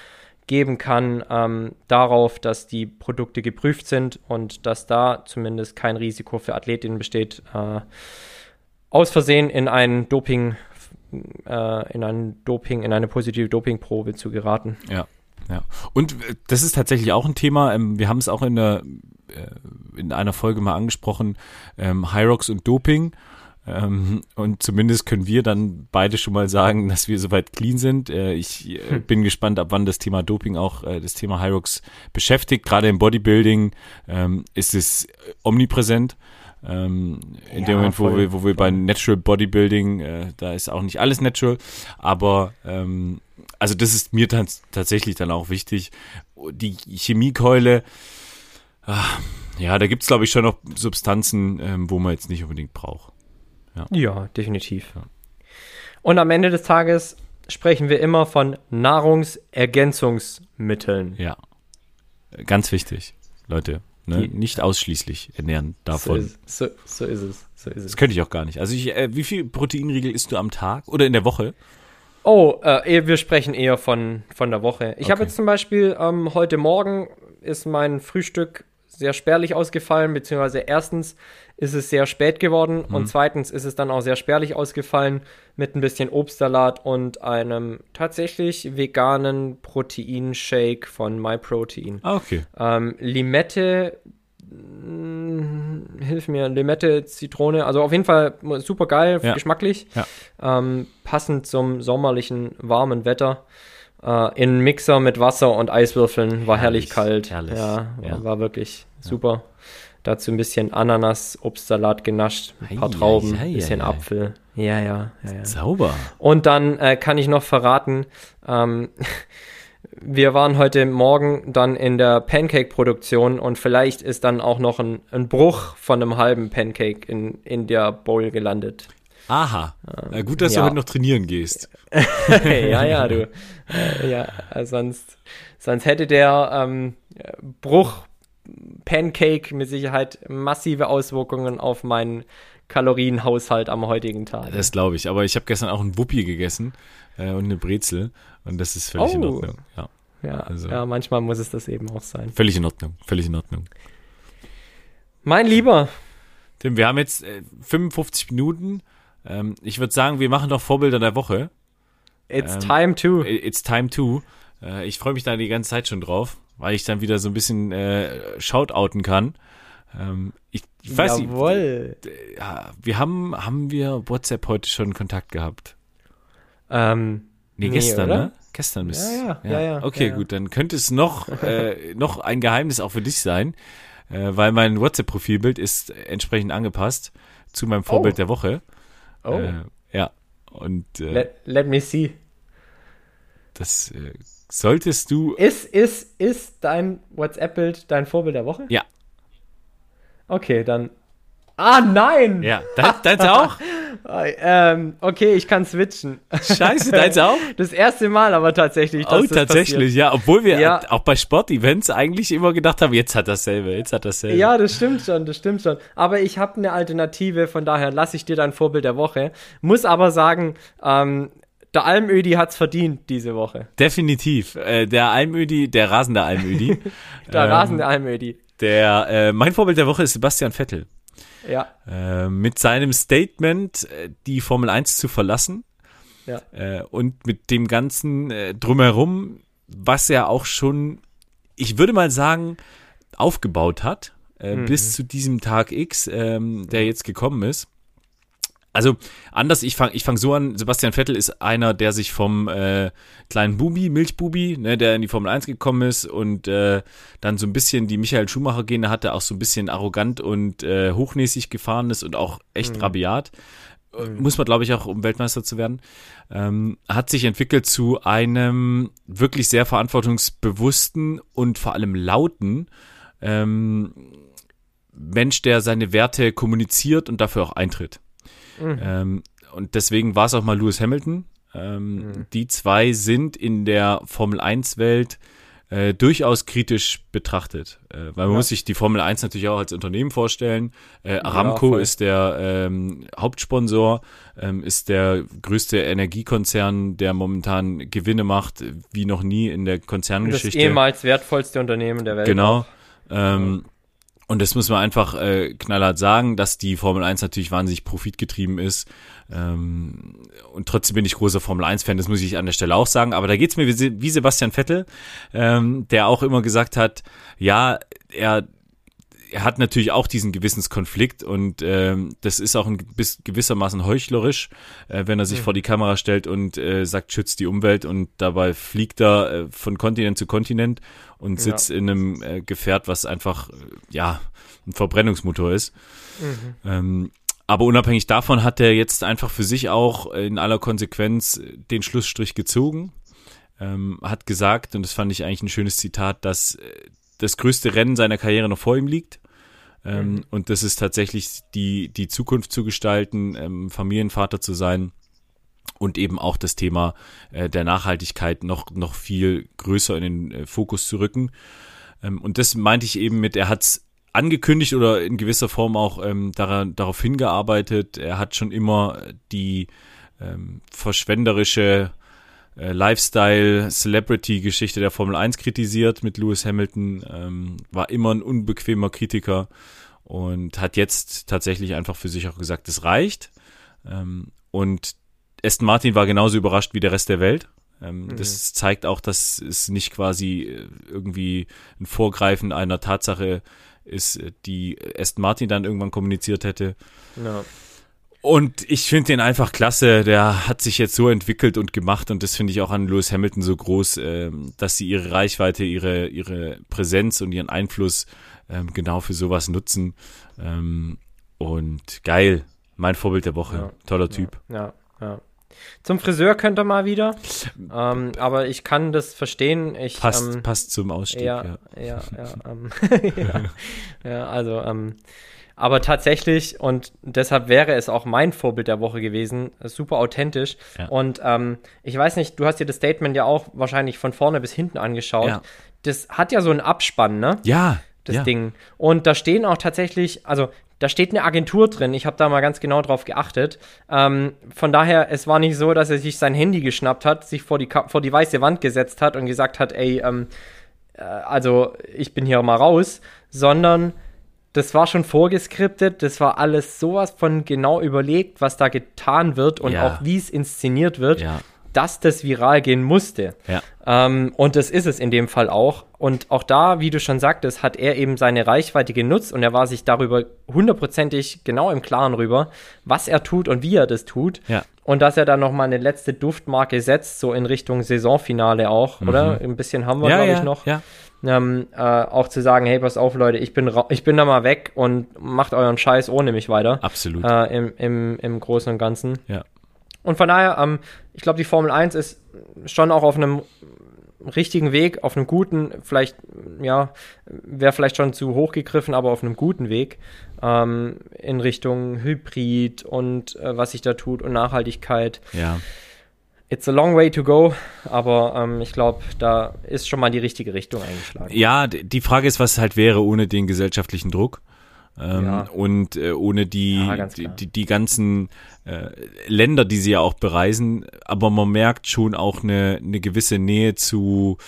geben kann ähm, darauf, dass die Produkte geprüft sind und dass da zumindest kein Risiko für Athletinnen besteht, äh, aus Versehen in ein Doping, äh, in ein Doping, in eine positive Dopingprobe zu geraten. Ja, ja. Und äh, das ist tatsächlich auch ein Thema. Ähm, wir haben es auch in der äh, in einer Folge mal angesprochen, ähm, Hyrox und Doping. Ähm, und zumindest können wir dann beide schon mal sagen, dass wir soweit clean sind. Äh, ich äh, hm. bin gespannt, ab wann das Thema Doping auch äh, das Thema Hyrox beschäftigt. Gerade im Bodybuilding ähm, ist es omnipräsent. Ähm, in ja, dem Moment, voll, wo wir, wo wir bei Natural Bodybuilding, äh, da ist auch nicht alles natural, aber ähm, also das ist mir dann tatsächlich dann auch wichtig. Die Chemiekeule, ach, ja, da gibt's glaube ich schon noch Substanzen, ähm, wo man jetzt nicht unbedingt braucht. Ja, ja definitiv. Ja. Und am Ende des Tages sprechen wir immer von Nahrungsergänzungsmitteln. Ja, ganz wichtig, Leute. Ne? Nicht ausschließlich ernähren davon. So ist, so, so ist es. So ist es. Das könnte ich auch gar nicht. Also ich, äh, wie viel Proteinriegel isst du am Tag oder in der Woche? Oh, äh, wir sprechen eher von, von der Woche. Ich okay. habe jetzt zum Beispiel ähm, heute Morgen ist mein Frühstück sehr spärlich ausgefallen, beziehungsweise erstens ist es sehr spät geworden mhm. und zweitens ist es dann auch sehr spärlich ausgefallen mit ein bisschen Obstsalat und einem tatsächlich veganen Proteinshake von MyProtein. Ah, okay. Ähm, Limette, mh, hilf mir, Limette, Zitrone, also auf jeden Fall super geil, ja. geschmacklich, ja. ähm, passend zum sommerlichen warmen Wetter. Uh, in Mixer mit Wasser und Eiswürfeln, war herrlich, herrlich kalt. Herrlich. Ja, ja, war, war wirklich ja. super. Dazu ein bisschen Ananas, Obstsalat genascht, ein paar ei, Trauben, ein bisschen ei, Apfel. Ja, ja, ja, ja. Sauber. Und dann äh, kann ich noch verraten, ähm, wir waren heute Morgen dann in der Pancake-Produktion und vielleicht ist dann auch noch ein, ein Bruch von einem halben Pancake in, in der Bowl gelandet. Aha, ähm, gut, dass ja. du heute noch trainieren gehst. ja, ja, du. Äh, ja, sonst, sonst hätte der ähm, Bruch Pancake mit Sicherheit massive Auswirkungen auf meinen Kalorienhaushalt am heutigen Tag. Das glaube ich, aber ich habe gestern auch ein Wuppi gegessen äh, und eine Brezel und das ist völlig oh. in Ordnung. Ja, ja, also, ja, manchmal muss es das eben auch sein. Völlig in Ordnung, völlig in Ordnung. Mein Lieber. Tim, wir haben jetzt äh, fünfundfünfzig Minuten. Ähm, ich würde sagen, wir machen doch Vorbilder der Woche. It's ähm, time to. It's time to. Äh, ich freue mich da die ganze Zeit schon drauf, weil ich dann wieder so ein bisschen äh, shoutouten kann. Ähm, ich, ich weiß Jawohl. nicht. Ja, wir haben, haben wir WhatsApp heute schon Kontakt gehabt? Ähm, nee, nee, gestern, oder? ne? Gestern müsste ja, ja, ja, ja. Okay, ja, ja. gut, dann könnte es noch, äh, noch ein Geheimnis auch für dich sein, äh, weil mein WhatsApp-Profilbild ist entsprechend angepasst zu meinem Vorbild oh. der Woche. Oh. Äh, ja, und äh, let, let me see. Das äh, solltest du... Ist, ist, ist dein WhatsApp-Bild dein Vorbild der Woche? Ja. Okay, dann... Ah, nein! Ja, dein, deins auch? ähm, okay, ich kann switchen. Scheiße, deins auch? Das erste Mal aber tatsächlich, dass Oh, das tatsächlich, passiert. ja. Obwohl wir ja. auch bei Sportevents eigentlich immer gedacht haben, jetzt hat dasselbe, jetzt hat dasselbe. Ja, das stimmt schon, das stimmt schon. Aber ich habe eine Alternative, von daher lasse ich dir dein Vorbild der Woche. Muss aber sagen, ähm, der Almödi hat's verdient diese Woche. Definitiv. Äh, der Almödi, der rasende Almödi. der ähm, rasende Almödi. Der, äh, mein Vorbild der Woche ist Sebastian Vettel. Ja. Äh, mit seinem Statement, die Formel eins zu verlassen. Ja. Äh, und mit dem ganzen äh, Drumherum, was er auch schon, ich würde mal sagen, aufgebaut hat, äh, mhm. bis zu diesem Tag X, ähm, der jetzt gekommen ist. Also anders, ich fange ich fang so an, Sebastian Vettel ist einer, der sich vom äh, kleinen Bubi, Milchbubi, ne, der in die Formel eins gekommen ist und äh, dann so ein bisschen die Michael Schumacher-Gene hatte, auch so ein bisschen arrogant und äh, hochnäsig gefahren ist und auch echt mhm. rabiat. Mhm. Muss man, glaube ich, auch, um Weltmeister zu werden. Ähm, hat sich entwickelt zu einem wirklich sehr verantwortungsbewussten und vor allem lauten ähm, Mensch, der seine Werte kommuniziert und dafür auch eintritt. Mhm. Ähm, und deswegen war es auch mal Lewis Hamilton. Ähm, mhm. Die zwei sind in der Formel eins Welt äh, durchaus kritisch betrachtet. Äh, weil man Ja. muss sich die Formel eins natürlich auch als Unternehmen vorstellen. Äh, Aramco voll. ist der ähm, Hauptsponsor, ähm, ist der größte Energiekonzern, der momentan Gewinne macht, wie noch nie in der Das Konzerngeschichte. ehemals wertvollste Unternehmen der Welt. Genau. Ähm, und das muss man einfach äh, knallhart sagen, dass die Formel eins natürlich wahnsinnig profitgetrieben ist. Ähm, und trotzdem bin ich großer Formel eins Fan, das muss ich an der Stelle auch sagen. Aber da geht's mir wie, wie Sebastian Vettel, ähm, der auch immer gesagt hat, ja, er er hat natürlich auch diesen Gewissenskonflikt und ähm, das ist auch ein bis gewissermaßen heuchlerisch, äh, wenn er sich mhm. vor die Kamera stellt und äh, sagt, schützt die Umwelt, und dabei fliegt er äh, von Kontinent zu Kontinent und sitzt ja. in einem äh, Gefährt, was einfach äh, ja ein Verbrennungsmotor ist. Mhm. Ähm, aber unabhängig davon hat er jetzt einfach für sich auch in aller Konsequenz den Schlussstrich gezogen, ähm, hat gesagt, und das fand ich eigentlich ein schönes Zitat, dass äh, das größte Rennen seiner Karriere noch vor ihm liegt. Ähm, mhm. Und das ist tatsächlich die, die Zukunft zu gestalten, ähm, Familienvater zu sein und eben auch das Thema äh, der Nachhaltigkeit noch, noch viel größer in den äh, Fokus zu rücken. Ähm, und das meinte ich eben mit, er hat's angekündigt oder in gewisser Form auch ähm, daran, darauf hingearbeitet. Er hat schon immer die ähm, verschwenderische Lifestyle-Celebrity-Geschichte der Formel eins kritisiert mit Lewis Hamilton, ähm, war immer ein unbequemer Kritiker und hat jetzt tatsächlich einfach für sich auch gesagt, es reicht. Ähm, und Aston Martin war genauso überrascht wie der Rest der Welt. Ähm, mhm. Das zeigt auch, dass es nicht quasi irgendwie ein Vorgreifen einer Tatsache ist, die Aston Martin dann irgendwann kommuniziert hätte. Ja. Und ich finde den einfach klasse, der hat sich jetzt so entwickelt und gemacht, und das finde ich auch an Lewis Hamilton so groß, ähm, dass sie ihre Reichweite, ihre ihre Präsenz und ihren Einfluss ähm, genau für sowas nutzen. Ähm, und geil, mein Vorbild der Woche, ja, toller Typ. Ja, ja, ja. Zum Friseur könnt ihr mal wieder, ähm, aber ich kann das verstehen. Ich, passt, ähm, passt zum Ausstieg, ja. Ja, ja, ja, ähm, ja, ja, also, ähm, aber tatsächlich, und deshalb wäre es auch mein Vorbild der Woche gewesen, super authentisch. Ja. Und ähm, ich weiß nicht, du hast dir das Statement ja auch wahrscheinlich von vorne bis hinten angeschaut. Ja. Das hat ja so einen Abspann, ne? Ja. Das ja. Ding. Und da stehen auch tatsächlich, also da steht eine Agentur drin. Ich habe da mal ganz genau drauf geachtet. Ähm, von daher, es war nicht so, dass er sich sein Handy geschnappt hat, sich vor die, vor die weiße Wand gesetzt hat und gesagt hat, ey, ähm, äh, also ich bin hier mal raus, sondern das war schon vorgeskriptet, das war alles sowas von genau überlegt, was da getan wird und ja. auch wie es inszeniert wird, ja. dass das viral gehen musste. Ja. Ähm, und das ist es in dem Fall auch. Und auch da, wie du schon sagtest, hat er eben seine Reichweite genutzt und er war sich darüber hundertprozentig genau im Klaren rüber, was er tut und wie er das tut. Ja. Und dass er dann nochmal eine letzte Duftmarke setzt, so in Richtung Saisonfinale auch, mhm. oder? Ein bisschen haben wir, ja, glaube ja, ich, noch. Ja. Ähm, äh, auch zu sagen, hey, pass auf, Leute, ich bin, ra- ich bin da mal weg und macht euren Scheiß ohne mich weiter. Absolut. Äh, im, im, Im Großen und Ganzen. Ja. Und von daher, ähm, ich glaube, die Formel eins ist schon auch auf einem richtigen Weg, auf einem guten, vielleicht, ja, wäre vielleicht schon zu hoch gegriffen, aber auf einem guten Weg ähm, in Richtung Hybrid und äh, was sich da tut und Nachhaltigkeit. Ja. It's a long way to go, aber ähm, ich glaube, da ist schon mal die richtige Richtung eingeschlagen. Ja, die Frage ist, was halt wäre ohne den gesellschaftlichen Druck ähm, ja. und äh, ohne die, ja, die, die, die ganzen äh, Länder, die sie ja auch bereisen, aber man merkt schon auch eine, eine gewisse Nähe zu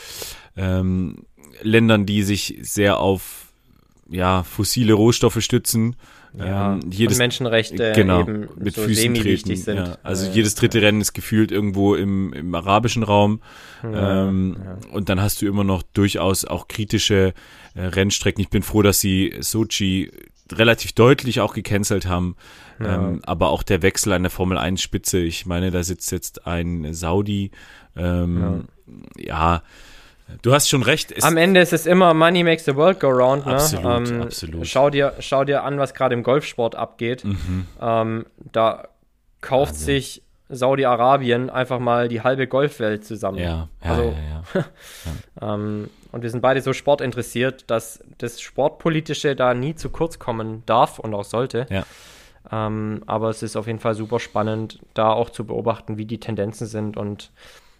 ähm, Ländern, die sich sehr auf ja, fossile Rohstoffe stützen. Ja, ähm, jedes, und Menschenrechte genau, eben mit so Füßen treten. sind. Ja, also ja, jedes dritte ja. Rennen ist gefühlt irgendwo im, im arabischen Raum. Ja, ähm, ja. Und dann hast du immer noch durchaus auch kritische äh, Rennstrecken. Ich bin froh, dass sie Sochi relativ deutlich auch gecancelt haben. Ja. Ähm, aber auch der Wechsel an der Formel eins Spitze. Ich meine, da sitzt jetzt ein Saudi. Ähm, ja. ja Du hast schon recht. Am Ende ist es immer Money makes the world go round. Ne? Absolut, ähm, absolut. Schau dir, schau dir an, was gerade im Golfsport abgeht. Mhm. Ähm, da kauft also. sich Saudi-Arabien einfach mal die halbe Golfwelt zusammen. Ja, ja, also, ja. ja. ja. ähm, und wir sind beide so sportinteressiert, dass das Sportpolitische da nie zu kurz kommen darf und auch sollte. Ja. Ähm, aber es ist auf jeden Fall super spannend, da auch zu beobachten, wie die Tendenzen sind und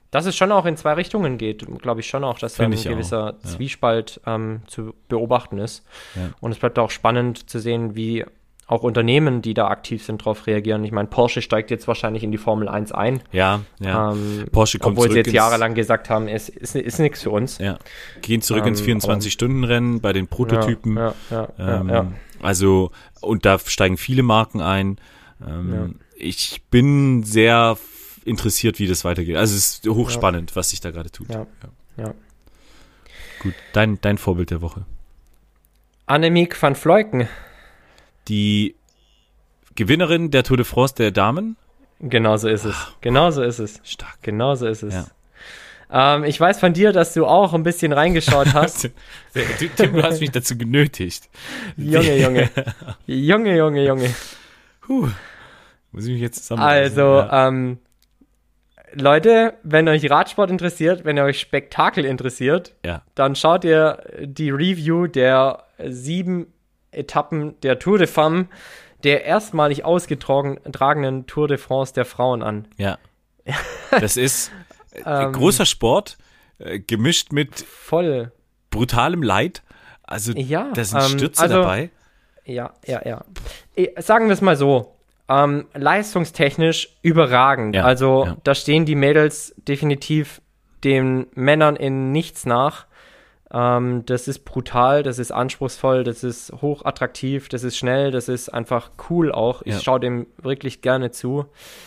dass es schon auch in zwei Richtungen geht, glaube ich schon auch, dass da ein gewisser ja. Zwiespalt ähm, zu beobachten ist. Ja. Und es bleibt auch spannend zu sehen, wie auch Unternehmen, die da aktiv sind, darauf reagieren. Ich meine, Porsche steigt jetzt wahrscheinlich in die Formel eins ein. Ja, ja. Ähm, Porsche kommt obwohl zurück sie jetzt jahrelang gesagt haben, es ist, ist, ist nichts für uns. Ja. Gehen zurück ähm, ins vierundzwanzig-Stunden-Rennen bei den Prototypen. Ja, ja, ja, ähm, ja, ja. Also, und da steigen viele Marken ein. Ähm, ja. Ich bin sehr f- interessiert, wie das weitergeht. Also es ist hochspannend, ja. was sich da gerade tut. Ja. Ja. Ja. Gut, dein, dein Vorbild der Woche. Annemiek van Vleuten. Die Gewinnerin der Tour de France der Damen? Genau so ist es. Genau so ist es. Stark. Genau so ist es. Ja. Ähm, ich weiß von dir, dass du auch ein bisschen reingeschaut hast. Tim, du hast mich dazu genötigt. Junge, Junge. Junge, Junge, Junge. Puh. Muss ich mich jetzt zusammen. Also, ja. ähm, Leute, wenn euch Radsport interessiert, wenn euch Spektakel interessiert, ja. dann schaut ihr die Review der sieben Etappen der Tour de Femmes, der erstmalig ausgetragenen Tour de France der Frauen an. Ja. Das ist ähm, großer Sport, äh, gemischt mit voll brutalem Leid. Also, ja, da sind Stürze ähm, also, dabei. Ja, ja, ja. Sagen wir es mal so. Ähm, leistungstechnisch überragend. Ja, also, ja. da stehen die Mädels definitiv den Männern in nichts nach. Ähm, das ist brutal, das ist anspruchsvoll, das ist hochattraktiv, das ist schnell, das ist einfach cool auch. Ich ja. schaue dem wirklich gerne zu.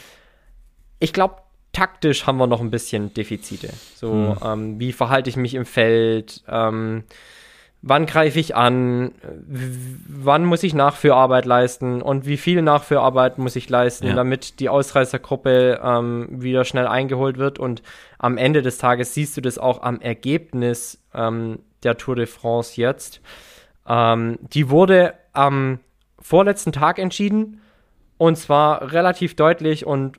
Ich glaube, taktisch haben wir noch ein bisschen Defizite. So, hm. ähm, wie verhalte ich mich im Feld? Ähm, wann greife ich an? W- wann muss ich Nachführarbeit leisten? Und wie viel Nachführarbeit muss ich leisten, ja. damit die Ausreißergruppe ähm, wieder schnell eingeholt wird? Und am Ende des Tages siehst du das auch am Ergebnis ähm, der Tour de France jetzt. Ähm, die wurde am vorletzten Tag entschieden und zwar relativ deutlich und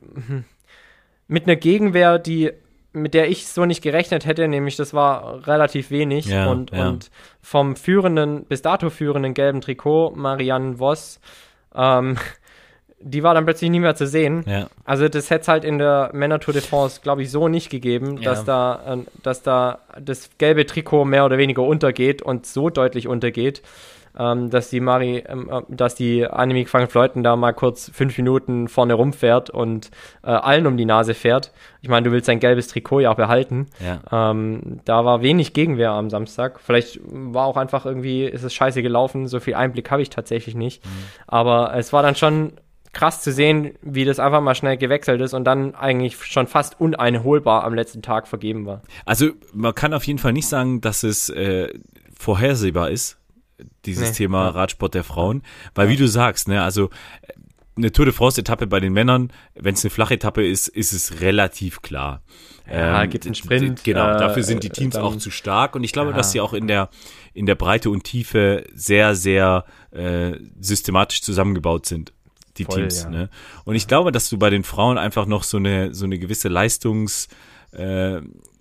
mit einer Gegenwehr, die mit der ich so nicht gerechnet hätte, nämlich das war relativ wenig ja, und, ja. und vom führenden, bis dato führenden gelben Trikot, Marianne Vos, ähm, die war dann plötzlich nie mehr zu sehen. Ja. Also das hätte es halt in der Männer-Tour de France, glaube ich, so nicht gegeben, Ja. dass da, äh, dass da das gelbe Trikot mehr oder weniger untergeht und so deutlich untergeht, ähm, dass die Mari, ähm, äh, dass die Annemiek van Vleuten da mal kurz fünf Minuten vorne rumfährt und äh, allen um die Nase fährt. Ich meine, du willst dein gelbes Trikot ja auch behalten. Ja. Ähm, da war wenig Gegenwehr am Samstag. Vielleicht war auch einfach irgendwie, ist es scheiße gelaufen. So viel Einblick habe ich tatsächlich nicht. Mhm. Aber es war dann schon krass zu sehen, wie das einfach mal schnell gewechselt ist und dann eigentlich schon fast uneinholbar am letzten Tag vergeben war. Also man kann auf jeden Fall nicht sagen, dass es äh, vorhersehbar ist, dieses Nee. Thema Ja. Radsport der Frauen, weil wie du sagst, ne, also eine Tour de France-Etappe bei den Männern, wenn es eine flache Etappe ist, ist es relativ klar. Ja, gibt einen Sprint. d- Genau, äh, dafür sind die Teams dann, auch zu stark und ich glaube, ja. dass sie auch in der in der Breite und Tiefe sehr, sehr äh, systematisch zusammengebaut sind. Die Voll, Teams, ja. ne? Und ich glaube, dass du bei den Frauen einfach noch so eine so eine gewisse Leistungs äh,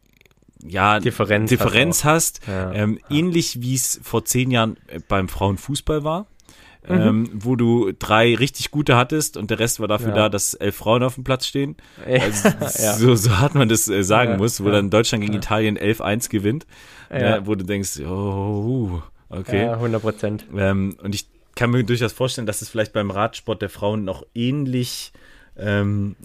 ja, Differenz Differenz hast, Ja, ähm, ja. ähnlich wie es vor zehn Jahren äh, beim Frauenfußball war, Mhm. ähm, wo du drei richtig gute hattest und der Rest war dafür Ja. da, dass elf Frauen auf dem Platz stehen. Ja. Also, Ja. so, so hart man das äh, sagen Ja, muss, wo ja. dann Deutschland gegen Ja. Italien elf eins gewinnt, Ja. ne, wo du denkst, oh, okay. Ja, hundert Prozent. Ähm, und ich kann mir durchaus vorstellen, dass es vielleicht beim Radsport der Frauen noch ähnlich, ähm,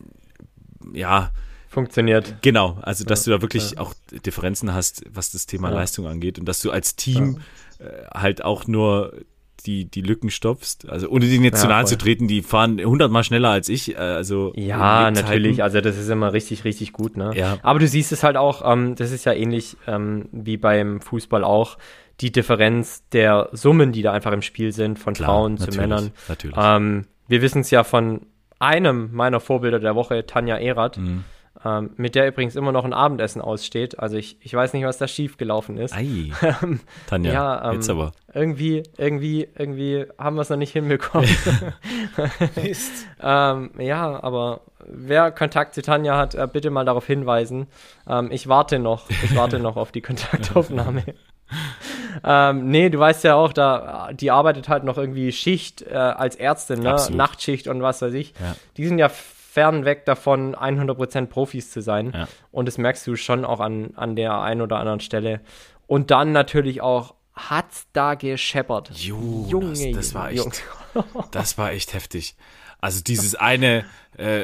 ja, Funktioniert. genau, also dass Ja, du da wirklich ja. auch Differenzen hast, was das Thema Ja. Leistung angeht und dass du als Team äh, halt auch nur die, die Lücken stopfst. Also ohne denen jetzt Ja, zu nahe voll. zu treten, die fahren hundertmal schneller als ich. Äh, also Ja, in Lebzeiten. natürlich. Also das ist immer richtig, richtig gut. Ne? Ja. Aber du siehst es halt auch, ähm, das ist ja ähnlich ähm, wie beim Fußball auch, die Differenz der Summen, die da einfach im Spiel sind, von Klar, Frauen zu natürlich, Männern. Natürlich. Ähm, wir wissen es ja von einem meiner Vorbilder der Woche, Tanja Erath, Mhm. ähm, mit der übrigens immer noch ein Abendessen aussteht. Also ich, ich weiß nicht, was da schief gelaufen ist. Ei, Tanja, ja, ähm, jetzt aber. Irgendwie, irgendwie, irgendwie haben wir es noch nicht hinbekommen. ähm, ja, aber wer Kontakt zu Tanja hat, äh, bitte mal darauf hinweisen. Ähm, ich warte noch, ich warte noch auf die Kontaktaufnahme. ähm, nee, du weißt ja auch, da die arbeitet halt noch irgendwie Schicht äh, als Ärztin, ne? Absolut. Nachtschicht und was weiß ich. Ja. Die sind ja fernweg davon, hundert Prozent Profis zu sein. Ja. Und das merkst du schon auch an, an der einen oder anderen Stelle. Und dann natürlich auch, hat's da gescheppert. Jonas, Junge, das war echt, Junge. das war echt heftig. Also dieses eine äh,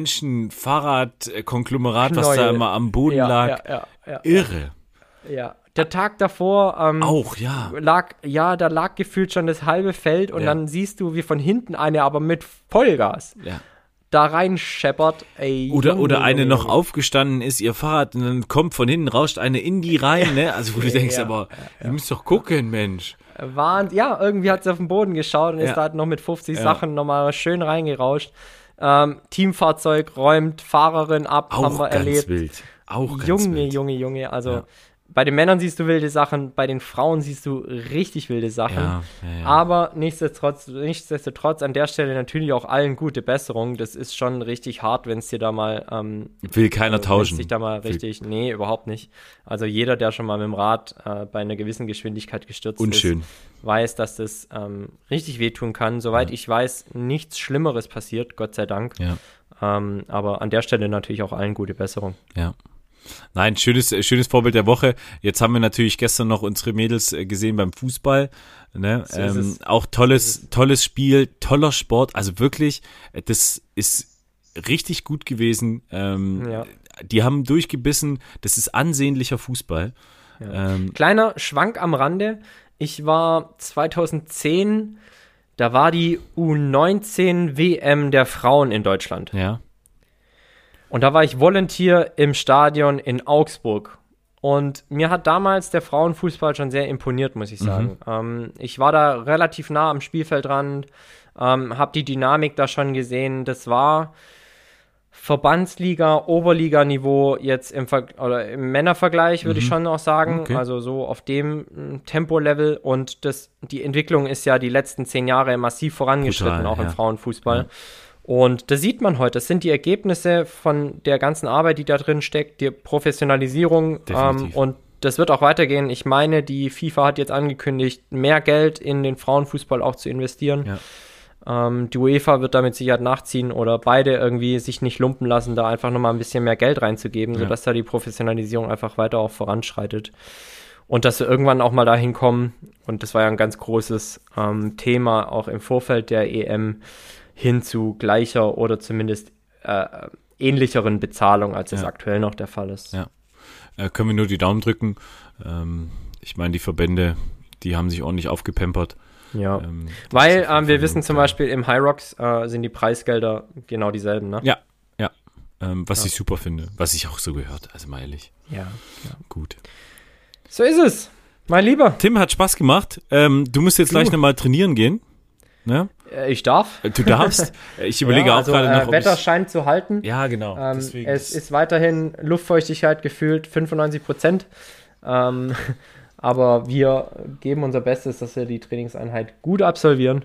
Menschen-Fahrrad-Konglomerat, was da Knäuel. immer am Boden Ja, lag, ja, ja, ja, irre. ja. Der Tag davor ähm, Auch, ja. lag, ja, da lag gefühlt schon das halbe Feld und Ja. dann siehst du, wie von hinten eine aber mit Vollgas Ja. da rein scheppert. Ey, Oder, Junge, oder eine Junge, noch Junge. aufgestanden ist, ihr Fahrrad, und dann kommt von hinten, rauscht eine in die rein, ne? Also wo du denkst, Ja, aber ihr müsst doch gucken, Mensch. Waren, ja, irgendwie hat sie auf den Boden geschaut und Ja. ist da halt noch mit fünfzig Ja. Sachen nochmal schön reingerauscht. Ähm, Teamfahrzeug räumt Fahrerin ab, haben Auch wir ganz erlebt. wild. Auch ganz Junge, wild. Junge, Junge, also Ja. bei den Männern siehst du wilde Sachen, bei den Frauen siehst du richtig wilde Sachen. Ja, ja, ja. Aber nichtsdestotrotz, nichtsdestotrotz an der Stelle natürlich auch allen gute Besserung. Das ist schon richtig hart, wenn es dir da mal ähm, Will keiner Wenn tauschen. sich da mal richtig, nee, überhaupt nicht. Also jeder, der schon mal mit dem Rad äh, bei einer gewissen Geschwindigkeit gestürzt Unschön. ist, weiß, dass das ähm, richtig wehtun kann. Soweit Ja. ich weiß, nichts Schlimmeres passiert, Gott sei Dank. Ja, Ähm, aber an der Stelle natürlich auch allen gute Besserung. ja. Nein, schönes, schönes Vorbild der Woche. Jetzt haben wir natürlich gestern noch unsere Mädels äh, gesehen beim Fußball. Ne? So ist ähm, es. auch tolles, tolles Spiel, toller Sport. Also wirklich, äh, das ist richtig gut gewesen. Ähm, Ja. Die haben durchgebissen. Das ist ansehnlicher Fußball. Ja. Ähm, Kleiner Schwank am Rande. Ich war zweitausendzehn, da war die U neunzehn W M der Frauen in Deutschland. ja. Und da war ich Volunteer im Stadion in Augsburg. Und mir hat damals der Frauenfußball schon sehr imponiert, muss ich sagen. Mhm. Ähm, ich war da relativ nah am Spielfeldrand, ähm, habe die Dynamik da schon gesehen. Das war Verbandsliga, Oberliga-Niveau jetzt im, Ver oder im Männervergleich, würde ich schon auch sagen. Okay. Also so auf dem mm, Tempolevel. Und das, die Entwicklung ist ja die letzten zehn Jahre massiv vorangeschritten, Total, auch im ja. Frauenfußball. Ja. Und das sieht man heute. Das sind die Ergebnisse von der ganzen Arbeit, die da drin steckt, die Professionalisierung. Ähm, Definitiv. und das wird auch weitergehen. Ich meine, die FIFA hat jetzt angekündigt, mehr Geld in den Frauenfußball auch zu investieren. Ja. Ähm, die UEFA wird damit sicher nachziehen oder beide irgendwie sich nicht lumpen lassen, da einfach nochmal ein bisschen mehr Geld reinzugeben, Ja. sodass da die Professionalisierung einfach weiter auch voranschreitet. Und dass wir irgendwann auch mal dahin kommen, und das war ja ein ganz großes ähm, Thema auch im Vorfeld der E M, hin zu gleicher oder zumindest äh, ähnlicheren Bezahlung, als es Ja. aktuell noch der Fall ist. Ja. Äh, können wir nur die Daumen drücken. Ähm, ich meine, die Verbände, die haben sich ordentlich aufgepempert. Ja. Ähm, das Weil ist auf jeden ähm, wir Fall wissen gut, zum ja. Beispiel, im High Rocks äh, sind die Preisgelder genau dieselben, ne? Ja, ja. Ähm, was Ja. ich super finde. Was ich auch so gehört. Also mal ehrlich. Ja. ja. Gut. So ist es, mein Lieber. Tim, hat Spaß gemacht. Ähm, du musst jetzt Du. gleich nochmal trainieren gehen. Ne? Äh, ich darf. Äh, Du darfst. Ich überlege ja, auch also, gerade noch, äh, ob Wetter ich, scheint zu halten. Ja, genau. Ähm, Deswegen es ist- ist weiterhin Luftfeuchtigkeit gefühlt fünfundneunzig Prozent. Ähm, aber wir geben unser Bestes, dass wir die Trainingseinheit gut absolvieren.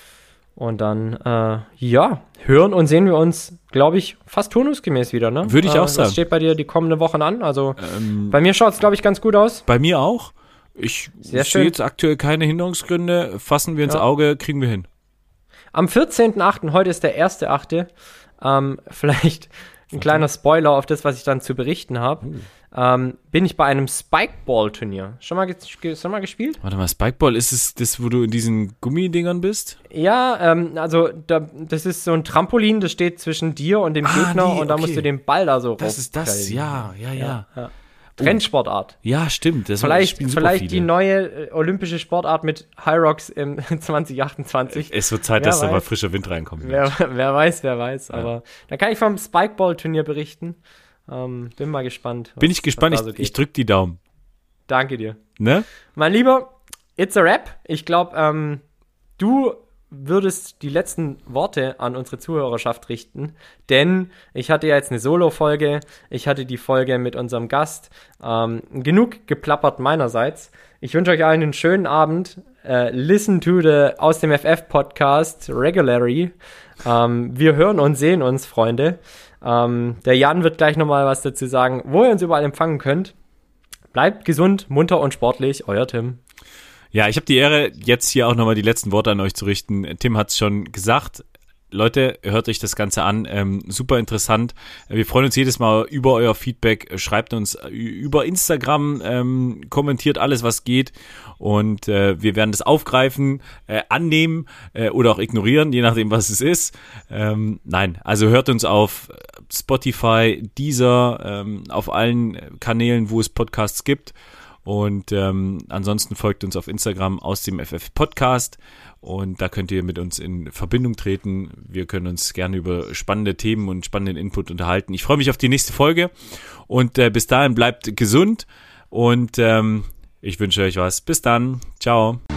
Und dann, äh, ja, hören und sehen wir uns, glaube ich, fast turnusgemäß wieder, ne? Würde ich äh, auch sagen. Was steht bei dir die kommenden Wochen an? Also, ähm, bei mir schaut es, glaube ich, ganz gut aus. bei mir auch. Ich Sehr sehe schön. jetzt aktuell keine Hinderungsgründe. Fassen wir ins Ja. Auge, kriegen wir hin. Am vierzehnten achten, heute ist der erste achte Ähm, vielleicht ein kleiner Spoiler auf das, was ich dann zu berichten habe. Uh. Ähm, bin ich bei einem Spikeball-Turnier. Schon mal, ges ge- schon mal gespielt? Warte mal, Spikeball, ist es das, wo du in diesen Gummidingern bist? Ja, ähm, also da, das ist so ein Trampolin, das steht zwischen dir und dem Ah, Gegner nee, und da okay. musst du den Ball da so Das ist das, raufprellen. ja, ja, ja. ja. Trendsportart. Ja, stimmt. Das Vielleicht, spielen super vielleicht viele. die neue äh, olympische Sportart mit High Rocks im zwanzig achtundzwanzig. Es wird Zeit, Wer dass da mal weiß. frischer Wind reinkommt. Wer, wer weiß, wer weiß. Aber da kann ich vom Spikeball-Turnier berichten. Ähm, bin mal gespannt. was- Bin ich gespannt, was ich, da so ich geht. drück die Daumen. Danke dir. Ne? Mein Lieber, it's a wrap. Ich glaube, ähm, du würdest die letzten Worte an unsere Zuhörerschaft richten, denn ich hatte ja jetzt eine Solo-Folge, ich hatte die Folge mit unserem Gast, ähm, genug geplappert meinerseits. Ich wünsche euch allen einen schönen Abend. Äh, listen to the Aus dem F F Podcast regularly. Ähm, wir hören und sehen uns, Freunde. Ähm, der Jan wird gleich nochmal was dazu sagen, wo ihr uns überall empfangen könnt. Bleibt gesund, munter und sportlich. Euer Tim. Ja, ich habe die Ehre, jetzt hier auch nochmal die letzten Worte an euch zu richten. Tim hat es schon gesagt. Leute, hört euch das Ganze an, ähm, super interessant. Wir freuen uns jedes Mal über euer Feedback, schreibt uns über Instagram, ähm, kommentiert alles, was geht und äh, wir werden das aufgreifen, äh, annehmen äh, oder auch ignorieren, je nachdem, was es ist. Ähm, nein, also hört uns auf Spotify, Deezer, ähm, auf allen Kanälen, wo es Podcasts gibt. Und ähm, ansonsten folgt uns auf Instagram aus dem F F Podcast und da könnt ihr mit uns in Verbindung treten. Wir können uns gerne über spannende Themen und spannenden Input unterhalten. Ich freue mich auf die nächste Folge und äh, bis dahin bleibt gesund und ähm, ich wünsche euch was. Bis dann. Ciao.